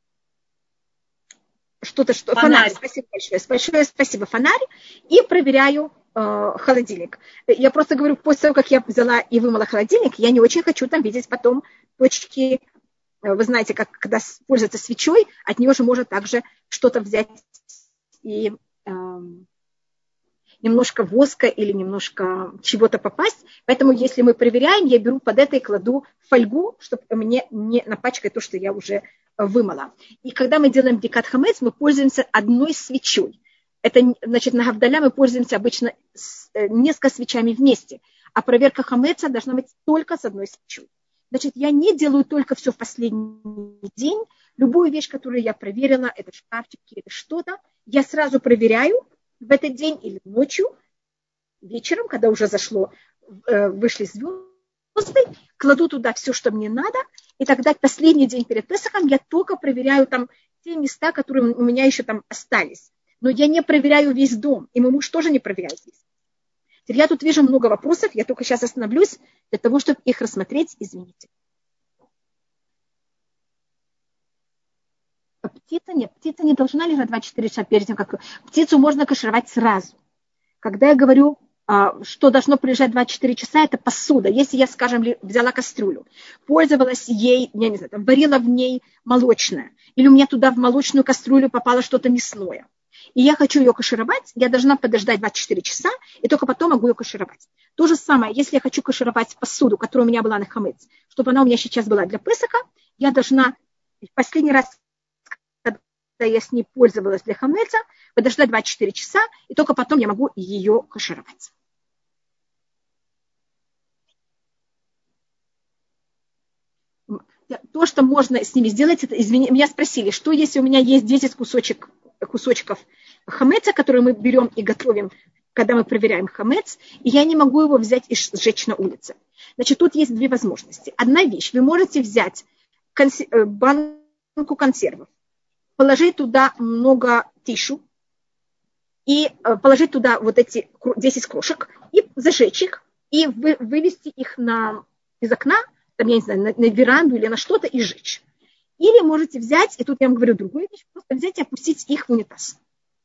что-то, что, фонарь. фонарь, спасибо большое, большое спасибо, фонарь, и проверяю э, холодильник. Я просто говорю, после того, как я взяла и вымыла холодильник, я не очень хочу там видеть потом точки. Вы знаете, как когда пользуется свечой, от нее же можно также что-то взять и э, немножко воска или немножко чего-то попасть. Поэтому, если мы проверяем, я беру под это и кладу фольгу, чтобы мне не напачкать то, что я уже вымыла. И когда мы делаем бдикат хамец, мы пользуемся одной свечой. Это, значит, на гавдаля мы пользуемся обычно с несколькими свечами вместе, а проверка хамеца должна быть только с одной свечой. Значит, я не делаю только все в последний день. Любую вещь, которую я проверила, это шкафчики, это что-то, я сразу проверяю в этот день или ночью, вечером, когда уже зашло, вышли звезды, кладу туда все, что мне надо, и тогда последний день перед Песахом я только проверяю там те места, которые у меня еще там остались. Но я не проверяю весь дом, и мой муж тоже не проверяет весь. Я тут вижу много вопросов, я только сейчас остановлюсь для того, чтобы их рассмотреть. Извините. Птица нет, птица не должна лежать двадцать четыре часа перед тем, как... Птицу можно кашировать сразу. Когда я говорю, что должно пролежать двадцать четыре часа, это посуда. Если я, скажем, взяла кастрюлю, пользовалась ей, я не знаю, там, варила в ней молочное, или у меня туда в молочную кастрюлю попало что-то мясное, и я хочу ее кашировать, я должна подождать двадцать четыре часа, и только потом могу ее кашировать. То же самое, если я хочу кашировать посуду, которая у меня была на хамец, чтобы она у меня сейчас была для Песаха, я должна в последний раз, когда я с ней пользовалась для хамеца, подождать двадцать четыре часа, и только потом я могу ее кашировать. То, что можно с ними сделать, это, извини, меня спросили, что если у меня есть десять кусочек, кусочков хамеца, которые мы берем и готовим, когда мы проверяем хамец, и я не могу его взять и сжечь на улице. Значит, тут есть две возможности. Одна вещь, вы можете взять консер... банку консервов, положить туда много тишу, и положить туда вот эти десять крошек, и зажечь их, и вы... вывести их на... из окна, там, я не знаю, на, на веранду или на что-то и сжечь. Или можете взять, и тут я вам говорю другую вещь, просто взять и опустить их в унитаз.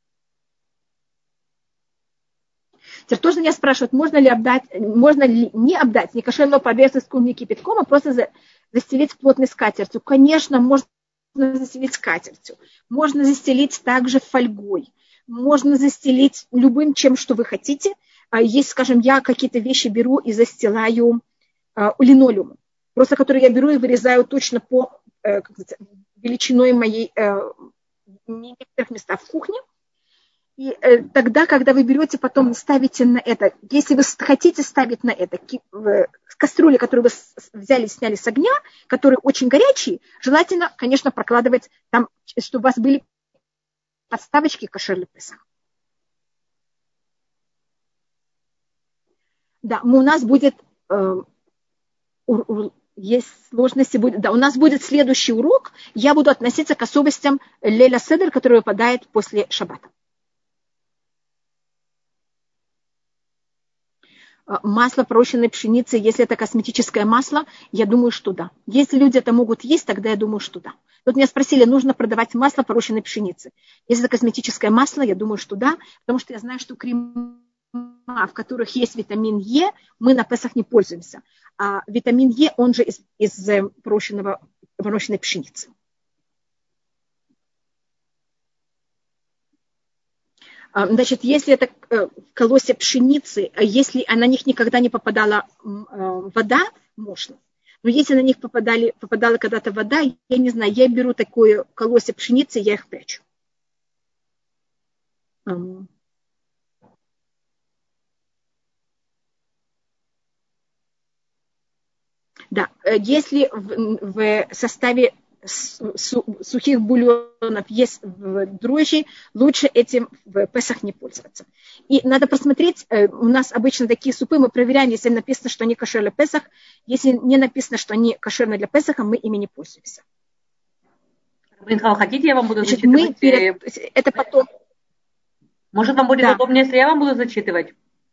Теперь тоже меня спрашивают, можно ли обдать, можно ли не обдать некошерную поверхность не кипятком, а просто за, застелить плотной скатертью. Конечно, можно застелить скатертью. Можно застелить также фольгой. Можно застелить любым чем, что вы хотите. Есть, скажем, я какие-то вещи беру и застилаю uh, линолеумом. Просто которые я беру и вырезаю точно по uh, как сказать, величиной моей uh, в некоторых местах в кухне. И э, тогда, когда вы берете, потом ставите на это, если вы хотите ставить на это кастрюли, которые вы взяли, сняли с огня, которые очень горячие, желательно, конечно, прокладывать там, чтобы у вас были подставочки кошер Песах. Да, у нас будет, э, у, у, есть сложности, будет, да, у нас будет следующий урок, я буду относиться к особенностям Лейля Седер, который выпадает после шаббата. Масло пророщенной пшеницы, если это косметическое масло, я думаю, что да. Если люди это могут есть, тогда я думаю, что да. Вот меня спросили, нужно продавать масло пророщенной пшеницы. Если это косметическое масло, я думаю, что да, потому что я знаю, что крема, в которых есть витамин Е, мы на Песах не пользуемся. А витамин Е, он же из, из пророщенного воночной пшеницы. Значит, если это колосья пшеницы, если на них никогда не попадала вода, можно. Но если на них попадали, попадала когда-то вода, я не знаю, я беру такое колосья пшеницы, я их прячу. Да, если в, в составе сухих бульонов есть дрожжи, лучше этим в Песах не пользоваться. И надо посмотреть, у нас обычно такие супы мы проверяем, если написано, что они кошерны для Песах. Если не написано, что они кошерны для Песаха, мы ими не пользуемся. Рабанит, хотите, я вам буду Значит, зачитывать? Мы перед... Это потом... Может, вам будет да. удобнее, если я вам буду зачитывать?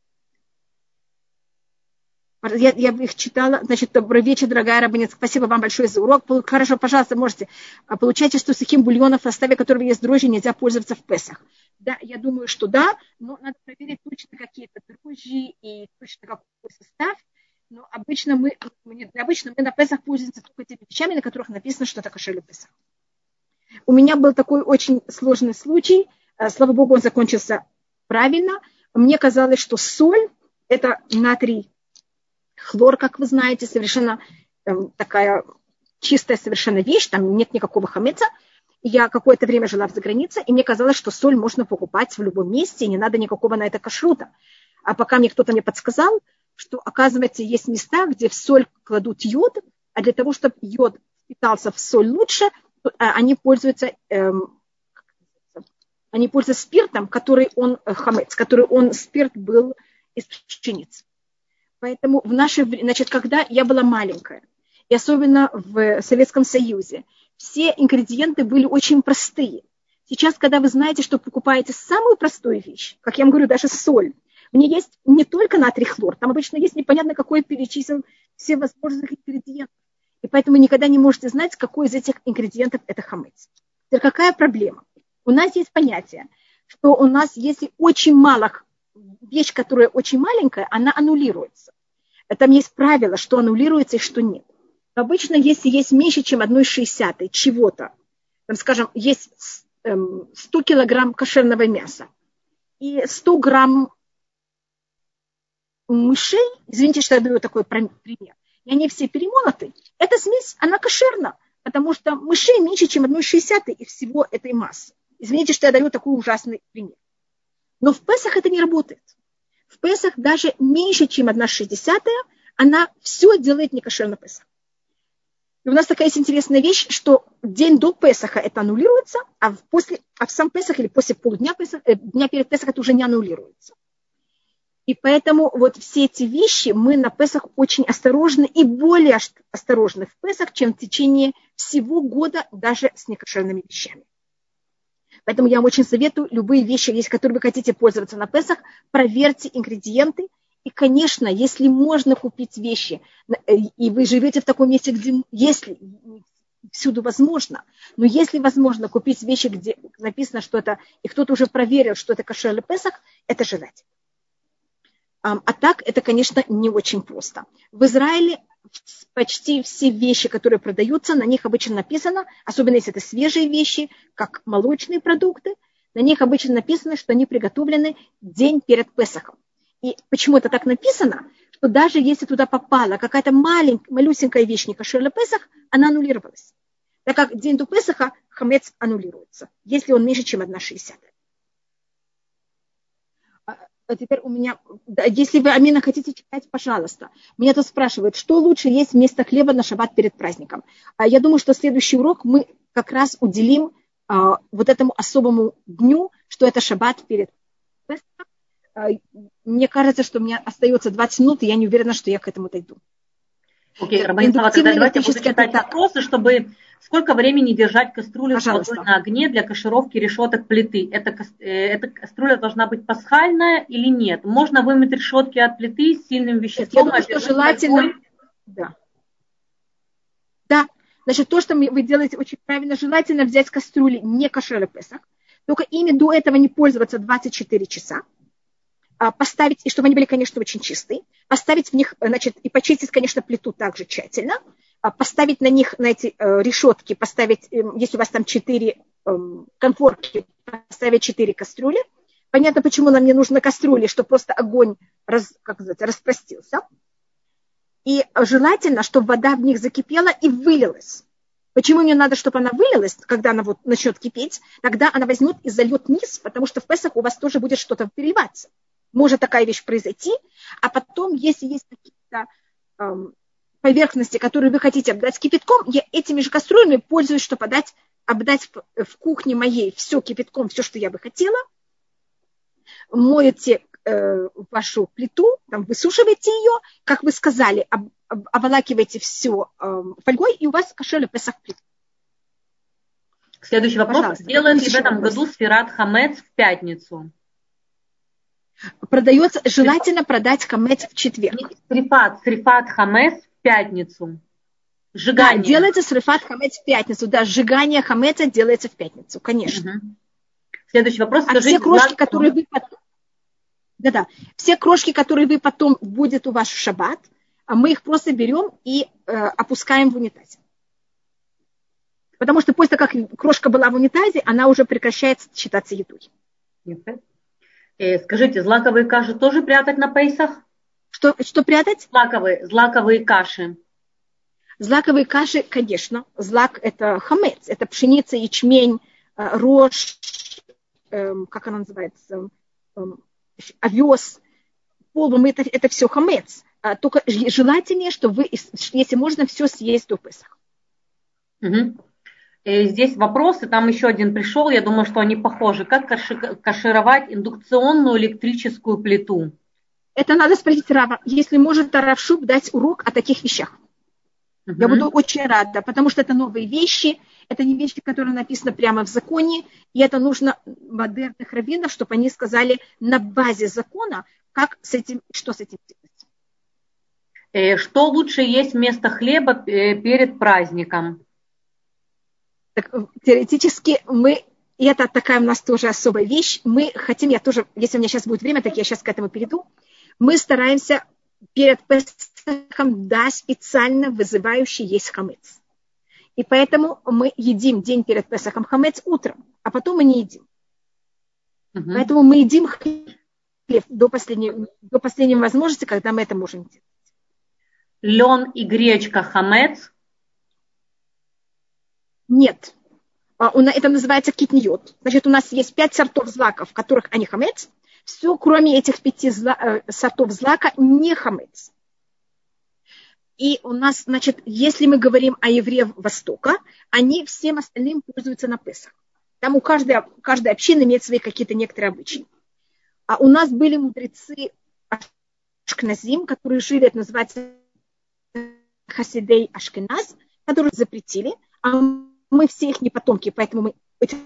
Я, я их читала. Значит, добрый вечер, дорогая Рабанит. Спасибо вам большое за урок. Хорошо, пожалуйста, можете. Получайте, что сухим бульоном, в составе которого есть дрожжи, нельзя пользоваться в Песах. Да, я думаю, что да, но надо проверить точно какие-то дрожжи и точно какой состав. Но обычно мы, обычно мы на Песах пользуемся только теми вещами, на которых написано, что это кошер для Песах. У меня был такой очень сложный случай. Слава Богу, он закончился правильно. Мне казалось, что соль – это натрий. Хлор, как вы знаете, совершенно э, такая чистая совершенно вещь, там нет никакого хамеца. Я какое-то время жила за границей, и мне казалось, что соль можно покупать в любом месте, и не надо никакого на это кашрута. А пока мне кто-то мне подсказал, что, оказывается, есть места, где в соль кладут йод, а для того, чтобы йод впитался в соль лучше, они пользуются, э, они пользуются спиртом, который он хамец, который он спирт был из пшеницы. Поэтому в наше время, значит, когда я была маленькая, и особенно в Советском Союзе, все ингредиенты были очень простые. Сейчас, когда вы знаете, что покупаете самую простую вещь, как я вам говорю, даже соль, в ней есть не только натрий хлор, там обычно есть непонятно какой перечислен все возможных ингредиентов. И поэтому никогда не можете знать, какой из этих ингредиентов это хамец. Теперь какая проблема? У нас есть понятие, что у нас, если очень мало вещь, которая очень маленькая, она аннулируется. Там есть правило, что аннулируется и что нет. Обычно, если есть меньше, чем одна шестидесятая чего-то, там, скажем, есть сто килограмм кошерного мяса и сто грамм мышей, извините, что я даю такой пример, и они все перемолоты, эта смесь, она кошерна, потому что мышей меньше, чем одна шестидесятая и всего этой массы. Извините, что я даю такой ужасный пример. Но в Песах это не работает. В Песах даже меньше, чем одна шестидесятая, она все делает некошерно Песах. И у нас такая есть интересная вещь, что день до Песаха это аннулируется, а, после, а в сам Песах или после полудня Песах, э, дня перед Песах это уже не аннулируется. И поэтому вот все эти вещи мы на Песах очень осторожны и более осторожны в Песах, чем в течение всего года даже с некошерными вещами. Поэтому я вам очень советую любые вещи, если которые вы хотите пользоваться на Песах, проверьте ингредиенты. И, конечно, если можно купить вещи, и вы живете в таком месте, где если всюду возможно, но если возможно купить вещи, где написано, что это, и кто-то уже проверил, что это кошер для Песах, это желательно. А так это, конечно, не очень просто. В Израиле почти все вещи, которые продаются, на них обычно написано, особенно если это свежие вещи, как молочные продукты, на них обычно написано, что они приготовлены день перед Песахом. И почему это так написано, что даже если туда попала какая-то маленькая, малюсенькая вещь, не кошер для Песах, она аннулировалась. Так как день до Песаха хамец аннулируется, если он меньше, чем одна шестидесятая. А теперь у меня, если вы, Амина, хотите читать, пожалуйста. Меня тут спрашивают, что лучше есть вместо хлеба на шаббат перед праздником. Я думаю, что следующий урок мы как раз уделим а, вот этому особому дню, что это шаббат перед Песахом. А, мне кажется, что у меня остается двадцать минут, и я не уверена, что я к этому дойду. Окей, okay, Рабанит, тогда давайте я буду читать вопросы, чтобы сколько времени держать кастрюлю с водой на огне для кашировки решеток плиты. Эта, эта кастрюля должна быть пасхальная или нет? Можно вымыть решетки от плиты с сильным веществом? Нет, я думаю, что желательно... Да. да, значит, то, что вы делаете очень правильно, желательно взять кастрюли не кошер для Песах, только ими до этого не пользоваться двадцать четыре часа. Поставить, и чтобы они были, конечно, очень чистые, поставить в них, значит, и почистить, конечно, плиту также тщательно, поставить на них, на эти решетки, поставить, если у вас там четыре конфорки, поставить четыре кастрюли. Понятно, почему нам не нужно кастрюли, чтобы просто огонь раз, как сказать, распростился. И желательно, чтобы вода в них закипела и вылилась. Почему мне надо, чтобы она вылилась, когда она вот начнет кипеть? Тогда она возьмет и зальет низ, потому что в Песах у вас тоже будет что-то переливаться. Может такая вещь произойти, а потом, если есть какие-то эм, поверхности, которые вы хотите обдать кипятком, я этими же кастрюлями пользуюсь, чтобы подать, обдать в, в кухне моей все кипятком, все, что я бы хотела. Моете э, вашу плиту, там, высушиваете ее, как вы сказали, об, об, обволакиваете все э, фольгой, и у вас кошель Песах плит. Следующий вопрос. Пожалуйста. Делают ли в этом вопрос. году сфират хамец в пятницу? Продается, желательно продать хамец в четверг. Срифат, срифат хамец в пятницу. Сжигание. Да, делается срифат хамец в пятницу. Да, сжигание хамеца делается в пятницу, конечно. Угу. Следующий вопрос. А Скажите, все крошки, злак... которые вы потом... Да-да. Все крошки, которые вы потом будет у вас в шаббат, мы их просто берем и э, опускаем в унитазе. Потому что после того, как крошка была в унитазе, она уже прекращает считаться едой. Э, скажите, злаковые каши тоже прятать на Пейсах? Что, что прятать? Злаковые, злаковые каши. Злаковые каши, конечно. Злак – это хамец, это пшеница, ячмень, рожь, эм, как она называется, эм, овес, полбом, это, это все хамец. А, только желательнее, что вы, если можно, все съесть до Песах. Угу. Здесь вопросы, там еще один пришел, я думаю, что они похожи. Как кашировать индукционную электрическую плиту? Это надо спросить Рава. Если может Рав Шуб дать урок о таких вещах. Uh-huh. Я буду очень рада, потому что это новые вещи, это не вещи, которые написаны прямо в законе, и это нужно модерных раввинов, чтобы они сказали на базе закона, как с этим, что с этим делать. Что лучше есть вместо хлеба перед праздником? Так, теоретически мы, и это такая у нас тоже особая вещь, мы хотим, я тоже, если у меня сейчас будет время, так я сейчас к этому перейду, мы стараемся перед Песахом, да, специально вызывающий есть хамец. И поэтому мы едим день перед Песахом хамец утром, а потом мы не едим. Uh-huh. Поэтому мы едим хлеб до последней, до последней возможности, когда мы это можем делать. Лен и гречка хамец? Нет. Это называется китниот. Значит, у нас есть пять сортов злаков, в которых они хамец. Все, кроме этих пяти зла, сортов злака, не хамец. И у нас, значит, если мы говорим о евреях Востока, они всем остальным пользуются на Песах. Там у каждой, каждой общины имеет свои какие-то некоторые обычаи. А у нас были мудрецы Ашкеназим, которые жили, это называется Хасидей Ашкеназ, которые запретили, а мы все их не потомки, поэтому мы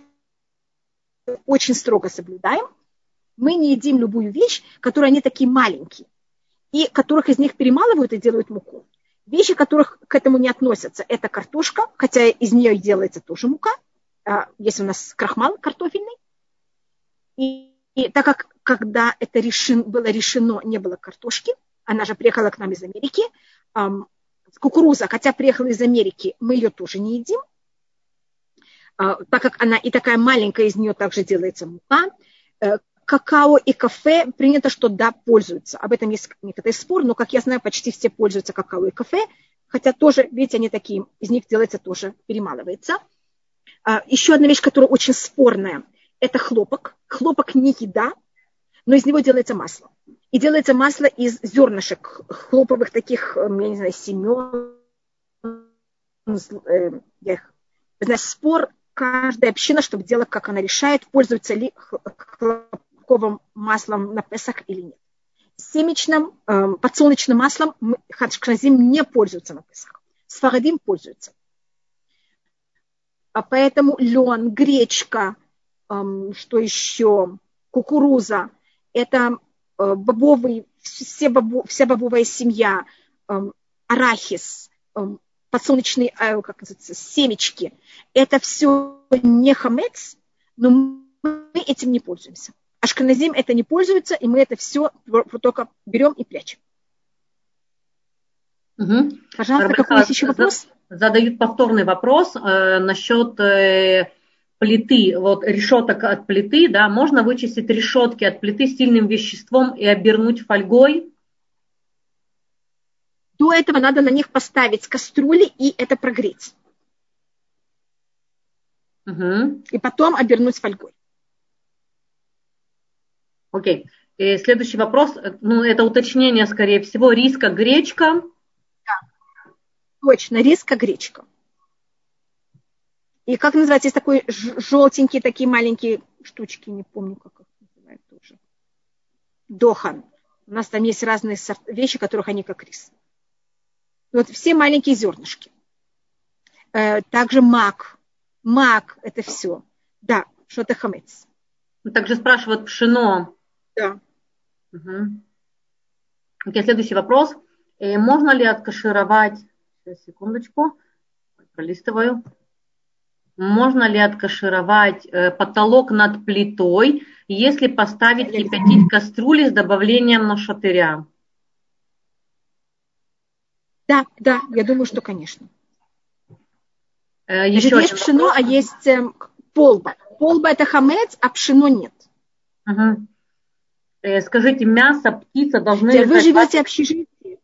очень строго соблюдаем. Мы не едим любую вещь, которые они такие маленькие, и которых из них перемалывают и делают муку. Вещи, которых к этому не относятся, это картошка, хотя из нее делается тоже мука, если у нас крахмал картофельный. И, и так как когда это решен, было решено, не было картошки, она же приехала к нам из Америки, эм, кукуруза, хотя приехала из Америки, мы ее тоже не едим, э, так как она и такая маленькая, из нее также делается мука. Э, какао и кафе принято, что да, пользуются. Об этом есть некоторый спор, но, как я знаю, почти все пользуются какао и кафе, хотя тоже, видите, они такие, из них делается тоже, перемалывается. Э, еще одна вещь, которая очень спорная, это хлопок. Хлопок не еда, но из него делается масло. И делается масло из зернышек хлоповых таких, я не знаю, семен. Я их, знаешь, спор каждая община, чтобы делать, как она решает, пользуется ли хлопковым маслом на Песах или нет. Семечным, подсолнечным маслом Ашкеназим не пользуются на Песах. Сфарадим пользуются. А поэтому лен, гречка, что еще, кукуруза, это бобовый, все бобо, вся бобовая семья, арахис, подсолнечные, как называется, семечки. Это все не хамец, но мы этим не пользуемся. Ашкеназим это не пользуется, и мы это все только берем и прячем. Угу. Пожалуйста, какой есть еще вопрос? Задают повторный вопрос э, насчет э, плиты, вот решеток от плиты, да, можно вычистить решетки от плиты сильным веществом и обернуть фольгой? До этого надо на них поставить кастрюли и это прогреть. Угу. И потом обернуть фольгой. Окей. И следующий вопрос, ну это уточнение, скорее всего, риска, гречка. Да. Точно, риска, гречка. И как называется, есть такой желтенькие такие маленькие штучки, не помню, как их называют тоже. Дохан. У нас там есть разные вещи, которых они как рис. Вот все маленькие зернышки. Также мак. Мак – это все. Да, что-то хамец. Также спрашивают пшено. Да. Угу. Окей, следующий вопрос. Можно ли откашировать... Сейчас, секундочку. Пролистываю. Можно ли откашировать потолок над плитой, если поставить кипятить кастрюли с добавлением нашатыря? Да, да, я думаю, что, конечно. Еще Значит, есть пшено, вопрос. А есть э, полба. Полба – это хамец, а пшено нет. Угу. Э, скажите, мясо, птица должны... Вы лежать... живете в общежитии?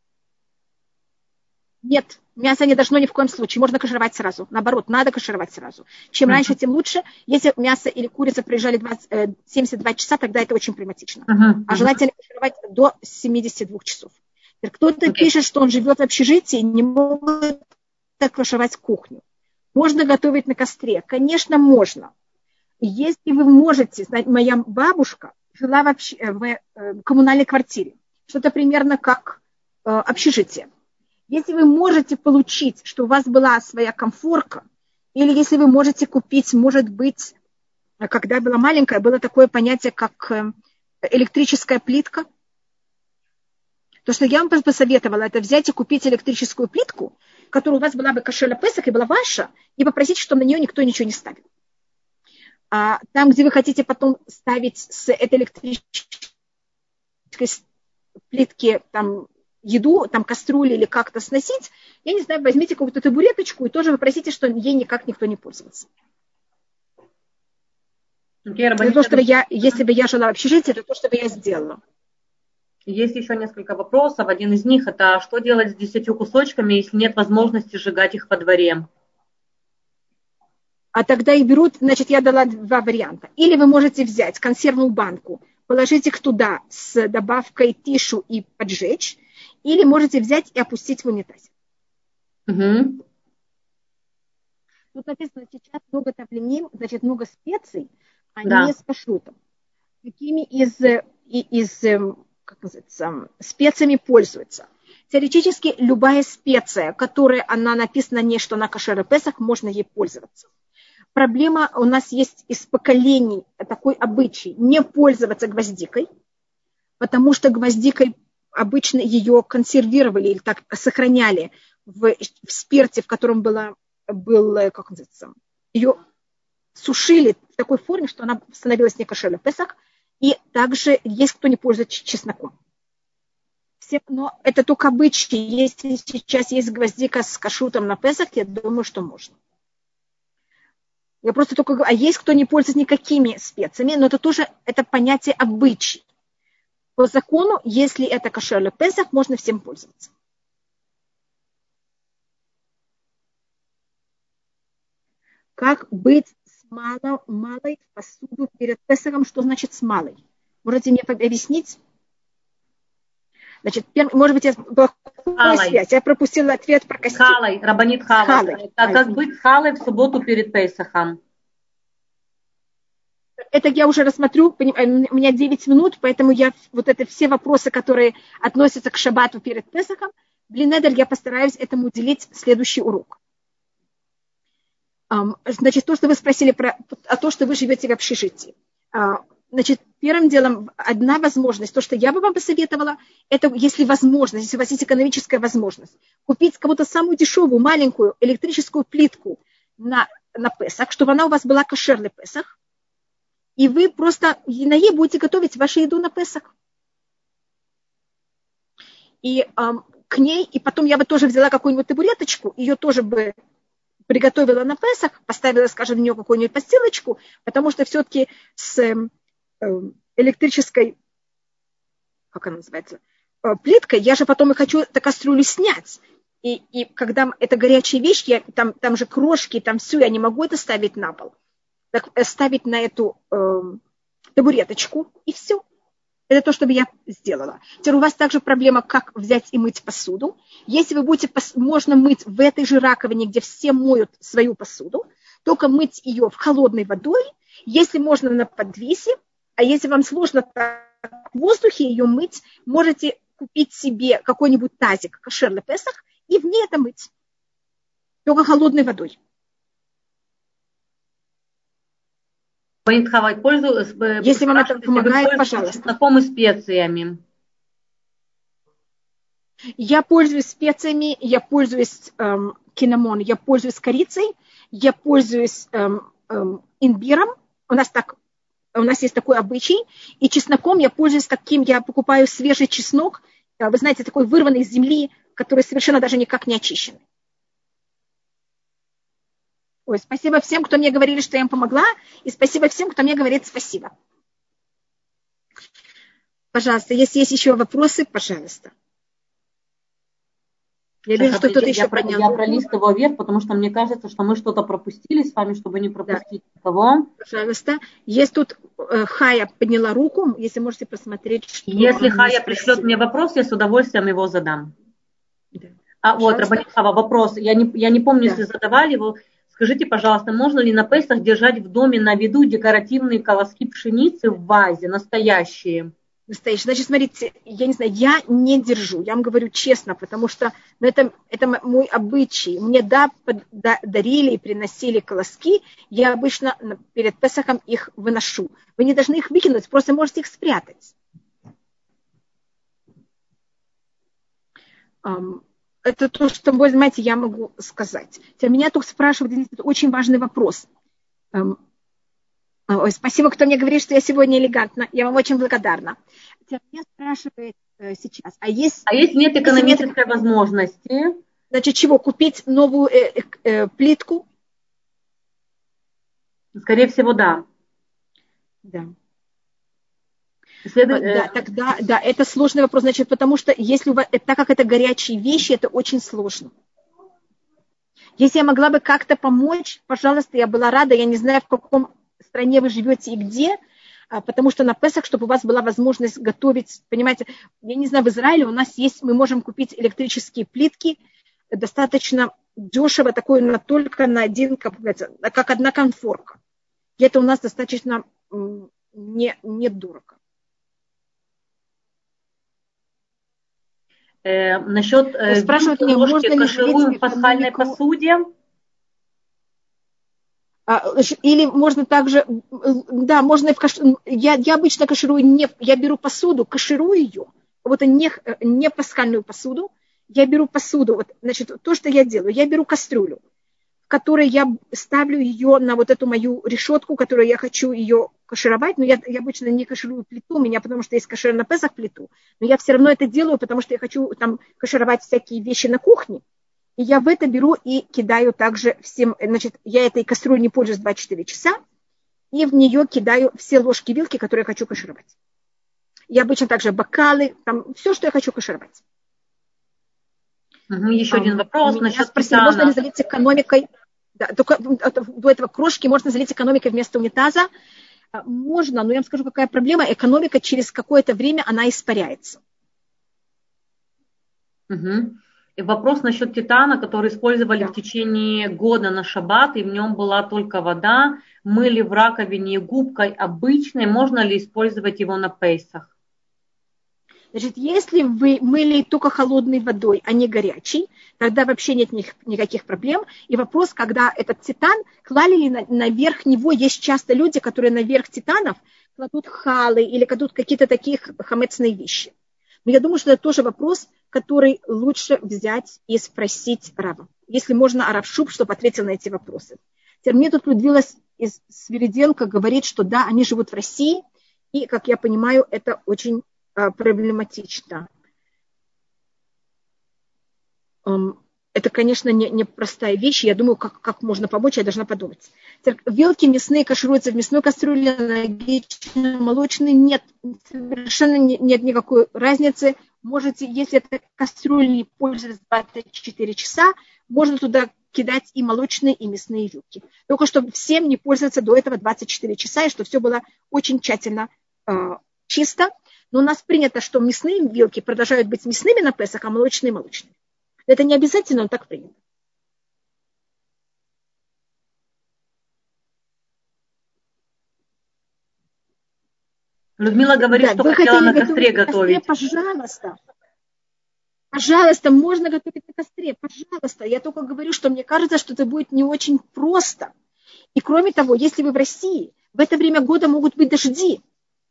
Нет, мясо не должно ни в коем случае. Можно кашировать сразу. Наоборот, надо кашировать сразу. Чем uh-huh. раньше, тем лучше. Если мясо или курица приезжали двадцать, семьдесят два часа, тогда это очень проблематично. Uh-huh. А желательно кашировать до семидесяти двух часов. Кто-то okay. пишет, что он живет в общежитии, не может кашировать кухню. Можно готовить на костре. Конечно, можно. Если вы можете, моя бабушка жила в, общ... в коммунальной квартире. Что-то примерно как э, общежитие. Если вы можете получить, что у вас была своя комфорка, или если вы можете купить, может быть, когда я была маленькая, было такое понятие, как электрическая плитка. То, что я вам посоветовала, это взять и купить электрическую плитку, которая у вас была бы кошер ле-песах и была ваша, и попросить, чтобы на нее никто ничего не ставил. А там, где вы хотите потом ставить с этой электрической плитки там, еду, там кастрюли или как-то сносить, я не знаю, возьмите какую-то табуреточку и тоже попросите, что ей никак никто не пользовался. Okay, это то, что я, если бы я жила в общежитии, это то, что бы я сделала. Есть еще несколько вопросов. Один из них – это что делать с десятью кусочками, если нет возможности сжигать их во дворе? А тогда их берут, значит, я дала два варианта. Или вы можете взять консервную банку, положить их туда с добавкой тишу и поджечь, или можете взять и опустить в унитазе. Угу. Тут написано, сейчас много тавлиним, значит, много специй, а да. не с кашрутом. Какими из, из как называется, специями пользуются? Теоретически любая специя, которая она написана не что на кошер ле-песах, можно ей пользоваться. Проблема у нас есть из поколений такой обычай не пользоваться гвоздикой, потому что гвоздикой обычно ее консервировали или так сохраняли в, в спирте, в котором была, был, как называется, ее сушили в такой форме, что она становилась не кошер ле-песах, и также есть кто не пользуется чесноком. Все, но это только обычай. Если сейчас есть гвоздика с кашрутом на песах, я думаю, что можно. Я просто только говорю, а есть кто не пользуется никакими специями, но это тоже это понятие обычай. По закону, если это кошер ле-песах, можно всем пользоваться. Как быть с малой, малой посуду перед песахом? Что значит с малой? Можете мне объяснить? Значит, может быть, я плохую связь. Я пропустила ответ про костюм. Халой, рабанит халой. халой. А как быть с халой в субботу перед Песахом? Это я уже рассмотрю. У меня девять минут, поэтому я вот это все вопросы, которые относятся к шаббату перед Песахом, блин, я постараюсь этому уделить следующий урок. Значит, то, что вы спросили про а то, что вы живете в общежитии. Значит, первым делом, одна возможность, то, что я бы вам посоветовала, это, если возможность, если у вас есть экономическая возможность, купить кому-то самую дешевую, маленькую электрическую плитку на, на Песах, чтобы она у вас была кошер ле-песах, и вы просто на ней будете готовить вашу еду на Песах. И эм, к ней, и потом я бы тоже взяла какую-нибудь табуреточку, ее тоже бы приготовила на Песах, поставила, скажем, в нее какую-нибудь постилочку, потому что все-таки с электрической, как она называется, плиткой, я же потом и хочу эту кастрюлю снять. И, и когда это горячая вещь, я, там, там же крошки, там все, я не могу это ставить на пол. Так, ставить на эту э, табуреточку, и все. Это то, что бы я сделала. Теперь у вас также проблема, как взять и мыть посуду. Если вы будете, можно мыть в этой же раковине, где все моют свою посуду, только мыть ее в холодной водой, если можно на подвесе, а если вам сложно в воздухе ее мыть, можете купить себе какой-нибудь тазик кошер ле Песах и в ней это мыть. Только холодной водой. Если вам это помогает, пожалуйста. Чесноком и специями. Я пользуюсь специями, я пользуюсь эм, кинамон, я пользуюсь корицей, я пользуюсь эм, эм, имбиром. У нас, так, у нас есть такой обычай. И чесноком я пользуюсь таким, я покупаю свежий чеснок, вы знаете, такой вырванный из земли, который совершенно даже никак не очищен. Ой, спасибо всем, кто мне говорили, что я им помогла, и спасибо всем, кто мне говорит спасибо. Пожалуйста, если есть еще вопросы, пожалуйста. Я вижу, что кто-то еще поднял. Я пролистываю вверх, потому что мне кажется, что мы что-то пропустили с вами, чтобы не пропустить да. никого. Пожалуйста. Есть тут э, Хая подняла руку, если можете посмотреть. Что если Хая пришлет мне вопрос, я с удовольствием его задам. Да. А вот, Рабанит Хава, вопрос. Я не, я не помню, да. если задавали его. Скажите, пожалуйста, можно ли на Песах держать в доме на виду декоративные колоски пшеницы в вазе, настоящие? Настоящие. Значит, смотрите, я не знаю, я не держу, я вам говорю честно, потому что ну, это, это мой обычай. Мне да, под, да, дарили и приносили колоски, я обычно перед Песахом их выношу. Вы не должны их выкинуть, просто можете их спрятать. Um, Это то, что, вы знаете, я могу сказать. Меня тут спрашивают, это очень важный вопрос. Ой, спасибо, кто мне говорит, что я сегодня элегантна. Я вам очень благодарна. Меня спрашивают сейчас. А есть, а есть нет экономической нет, возможности? Значит, чего? Купить новую э, э, э, плитку? Скорее всего, да. Да. След... Да, тогда, да, это сложный вопрос, значит, потому что если у вас, так как это горячие вещи, это очень сложно. Если я могла бы как-то помочь, пожалуйста, я была рада, я не знаю, в каком стране вы живете и где, потому что на Песах, чтобы у вас была возможность готовить, понимаете, я не знаю, в Израиле у нас есть, мы можем купить электрические плитки, достаточно дешево, такое на, только на один, как, как одна конфорка. И это у нас достаточно не, недорого. Э, насчет э, спрашивают меня, можно ли кашируем в пасхальной экономику... посуде? А, или можно также, да, можно и в каш... я, я обычно каширую, не, я беру посуду, каширую ее, вот не, не пасхальную посуду, я беру посуду, вот, значит, то, что я делаю, я беру кастрюлю, в которой я ставлю ее на вот эту мою решетку, которую я хочу ее кашировать, но я, я обычно не каширую плиту, у меня потому что есть кашир на Песах плиту, но я все равно это делаю, потому что я хочу там кашировать всякие вещи на кухне, и я в это беру и кидаю также всем, значит, я этой кастрюлей не пользуюсь двадцать четыре часа, и в нее кидаю все ложки, вилки, которые я хочу кашировать. Я обычно также бокалы, там все, что я хочу кашировать. Угу, еще а, один вопрос. Меня спросили, можно ли залить экономикой, да, только до этого крошки можно залить экономикой вместо унитаза. Можно, но я вам скажу, какая проблема. Экономика через какое-то время, она испаряется. Угу. И вопрос насчет титана, который использовали да. в течение года на шаббат, и в нем была только вода. Мыли в раковине губкой обычной. Можно ли использовать его на Песах? Значит, если вы мыли только холодной водой, а не горячей, тогда вообще нет никаких проблем. И вопрос, когда этот титан клали ли наверх него, есть часто люди, которые наверх титанов кладут халы или кладут какие-то такие хамецные вещи. Но я думаю, что это тоже вопрос, который лучше взять и спросить раба. Если можно, Рав Шуб, чтобы ответил на эти вопросы. Теперь мне тут Людмила Свириденко говорит, что да, они живут в России, и, как я понимаю, это очень проблематично. Это, конечно, не, не простая вещь. Я думаю, как, как можно помочь, я должна подумать. Вилки мясные кашируются в мясной кастрюле, на молочной нет. Совершенно нет никакой разницы. Можете, если эта кастрюля пользуется двадцать четыре часа, можно туда кидать и молочные, и мясные вилки. Только чтобы всем не пользоваться до этого двадцать четыре часа, и чтобы все было очень тщательно э, чисто. Но у нас принято, что мясные вилки продолжают быть мясными на Песах, а молочные – молочными. Это не обязательно, но так принято. Людмила говорит, да, что хотела на костре готовить. На костре, пожалуйста. Пожалуйста, можно готовить на костре, пожалуйста. Я только говорю, что мне кажется, что это будет не очень просто. И кроме того, если вы в России, в это время года могут быть дожди.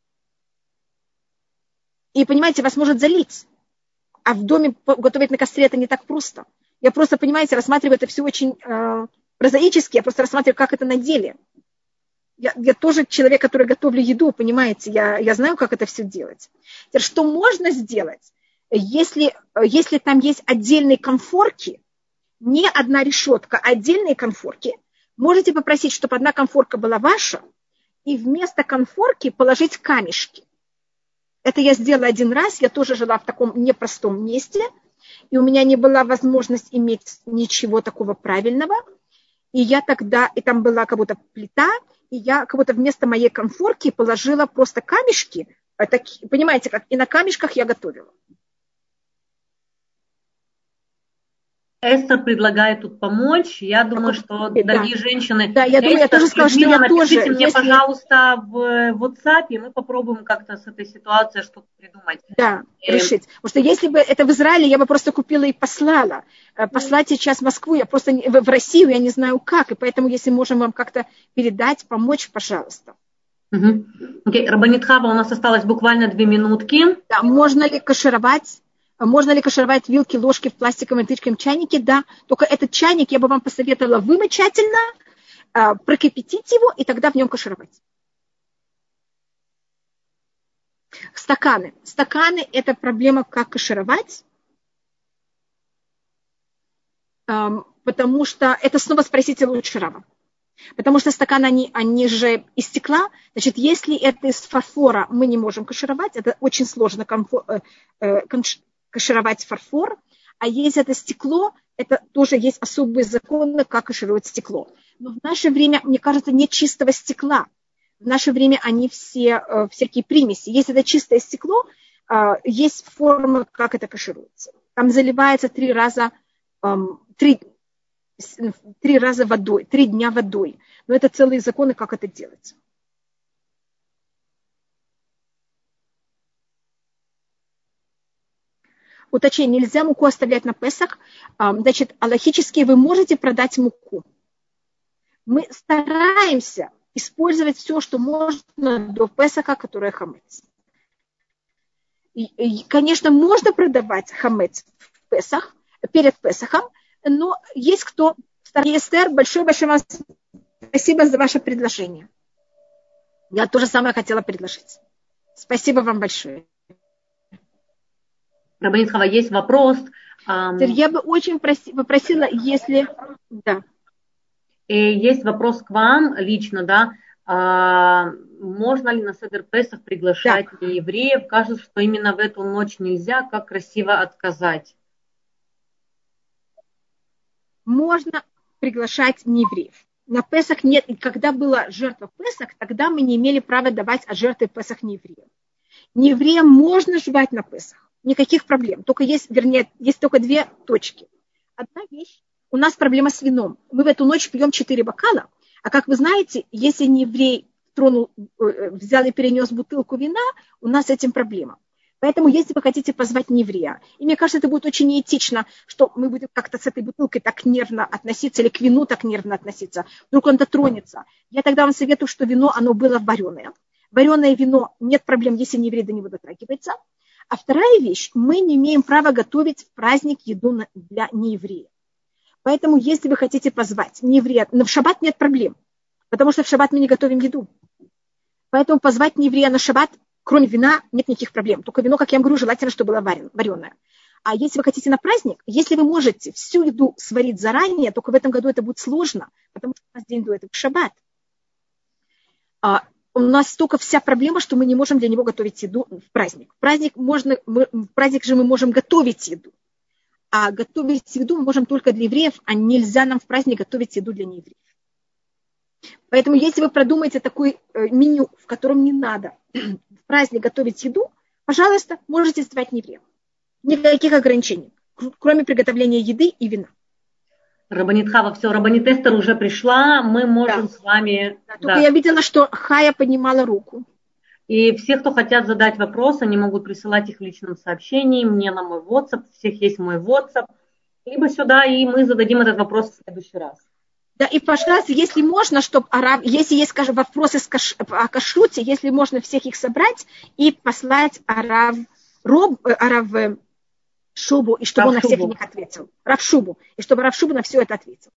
И, понимаете, вас может залить. А в доме готовить на костре это не так просто. Я просто, понимаете, рассматриваю это все очень э, прозаически. Я просто рассматриваю, как это на деле. Я, я тоже человек, который готовлю еду, понимаете. Я, я знаю, как это все делать. Теперь, что можно сделать, если, если там есть отдельные конфорки, не одна решетка, а отдельные конфорки, можете попросить, чтобы одна конфорка была ваша, и вместо конфорки положить камешки. Это я сделала один раз, я тоже жила в таком непростом месте, и у меня не была возможность иметь ничего такого правильного, и я тогда, и там была как будто плита, и я как будто вместо моей конфорки положила просто камешки, такие, понимаете, как и на камешках я готовила. Эстер предлагает тут помочь. Я думаю, что, да. дорогие женщины, да, я, думаю, Эстер, я тоже сказала, Людмила, что я напишите тоже, мне, если... пожалуйста, в WhatsApp, и мы попробуем как-то с этой ситуацией что-то придумать. Да, и... решить. Потому что если бы это в Израиле, я бы просто купила и послала. Послать сейчас в Москву, я просто в Россию, я не знаю как, и поэтому, если можем вам как-то передать, помочь, пожалуйста. Угу. Окей, Рабанит Хава, у нас осталось буквально две минутки. Да, можно ли кашировать? Можно ли кашировать вилки, ложки в пластиковом тычковом чайнике? Да, только этот чайник я бы вам посоветовала вымыть тщательно, прокипятить его и тогда в нем кашировать. Стаканы. Стаканы – это проблема, как кашировать, потому что это снова спросите лучше раба. Потому что стаканы, они, они же из стекла. Значит, если это из фарфора, мы не можем кашировать. Это очень сложно комфор, э, э, кашировать фарфор. А если это стекло, это тоже есть особые законы, как кашировать стекло. Но в наше время, мне кажется, нет чистого стекла. В наше время они все э, всякие примеси. Если это чистое стекло, э, есть форма, как это кашируется. Там заливается три раза, э, три, три раза водой, три дня водой. Но это целые законы, как это делать. Уточнение, нельзя муку оставлять на Песах. Значит, алахически вы можете продать муку. Мы стараемся использовать все, что можно до Песаха, которое хамец. И, и, конечно, можно продавать хамец в Песах, перед Песахом, но есть кто... Эстер, большое-большое вам спасибо за ваше предложение. Я то же самое хотела предложить. Спасибо вам большое. Рабанит Хава, есть вопрос. Я бы очень проси, попросила, если... Да. Есть вопрос к вам лично, да. А, можно ли на Седер Песах приглашать да. неевреев? Кажется, что именно в эту ночь нельзя. Как красиво отказать? Можно приглашать неевреев. На Песах нет, и когда была жертва Песах, тогда мы не имели права давать от жертвы Песах неевреям. Неевреям можно жевать на Песах. Никаких проблем. Только есть, вернее, есть только две точки. Одна вещь. У нас проблема с вином. Мы в эту ночь пьем четыре бокала. А как вы знаете, если не еврей тронул, взял и перенес бутылку вина, у нас с этим проблема. Поэтому, если вы хотите позвать нееврея, и мне кажется, это будет очень неэтично, что мы будем как-то с этой бутылкой так нервно относиться, или к вину так нервно относиться, вдруг он дотронется. Я тогда вам советую, что вино, оно было вареное. Вареное вино, нет проблем, если нееврей до него дотрагивается. А вторая вещь, мы не имеем права готовить в праздник еду для нееврея. Поэтому, если вы хотите позвать нееврея, но в шаббат нет проблем, потому что в шаббат мы не готовим еду. Поэтому позвать нееврея на шаббат, кроме вина, нет никаких проблем. Только вино, как я вам говорю, желательно, чтобы было вареное. А если вы хотите на праздник, если вы можете всю еду сварить заранее, только в этом году это будет сложно, потому что у нас день до этого шаббат. А у нас только вся проблема, что мы не можем для него готовить еду в праздник. В праздник, можно, мы, в праздник же мы можем готовить еду. А готовить еду мы можем только для евреев, а нельзя нам в праздник готовить еду для неевреев. Поэтому если вы продумаете такое меню, в котором не надо в праздник готовить еду, пожалуйста, можете сдавать неевреев. Никаких ограничений, кроме приготовления еды и вина. Рабанит Хава, все, Рабанит Эстер уже пришла, мы можем да. с вами... Да, только да. Я видела, что Хая поднимала руку. И все, кто хотят задать вопросы, они могут присылать их в личном сообщении, мне на мой WhatsApp, у всех есть мой WhatsApp, либо сюда, и мы зададим этот вопрос в следующий раз. Да, и, пожалуйста, если можно, чтобы араб, если есть, скажем, вопросы о кашруте, если можно всех их собрать и послать араб, роб, араб Шубу, и чтобы Рав он на всех Шубу. них ответил. Рав Шубу, и чтобы Рав Шубу на все это ответил.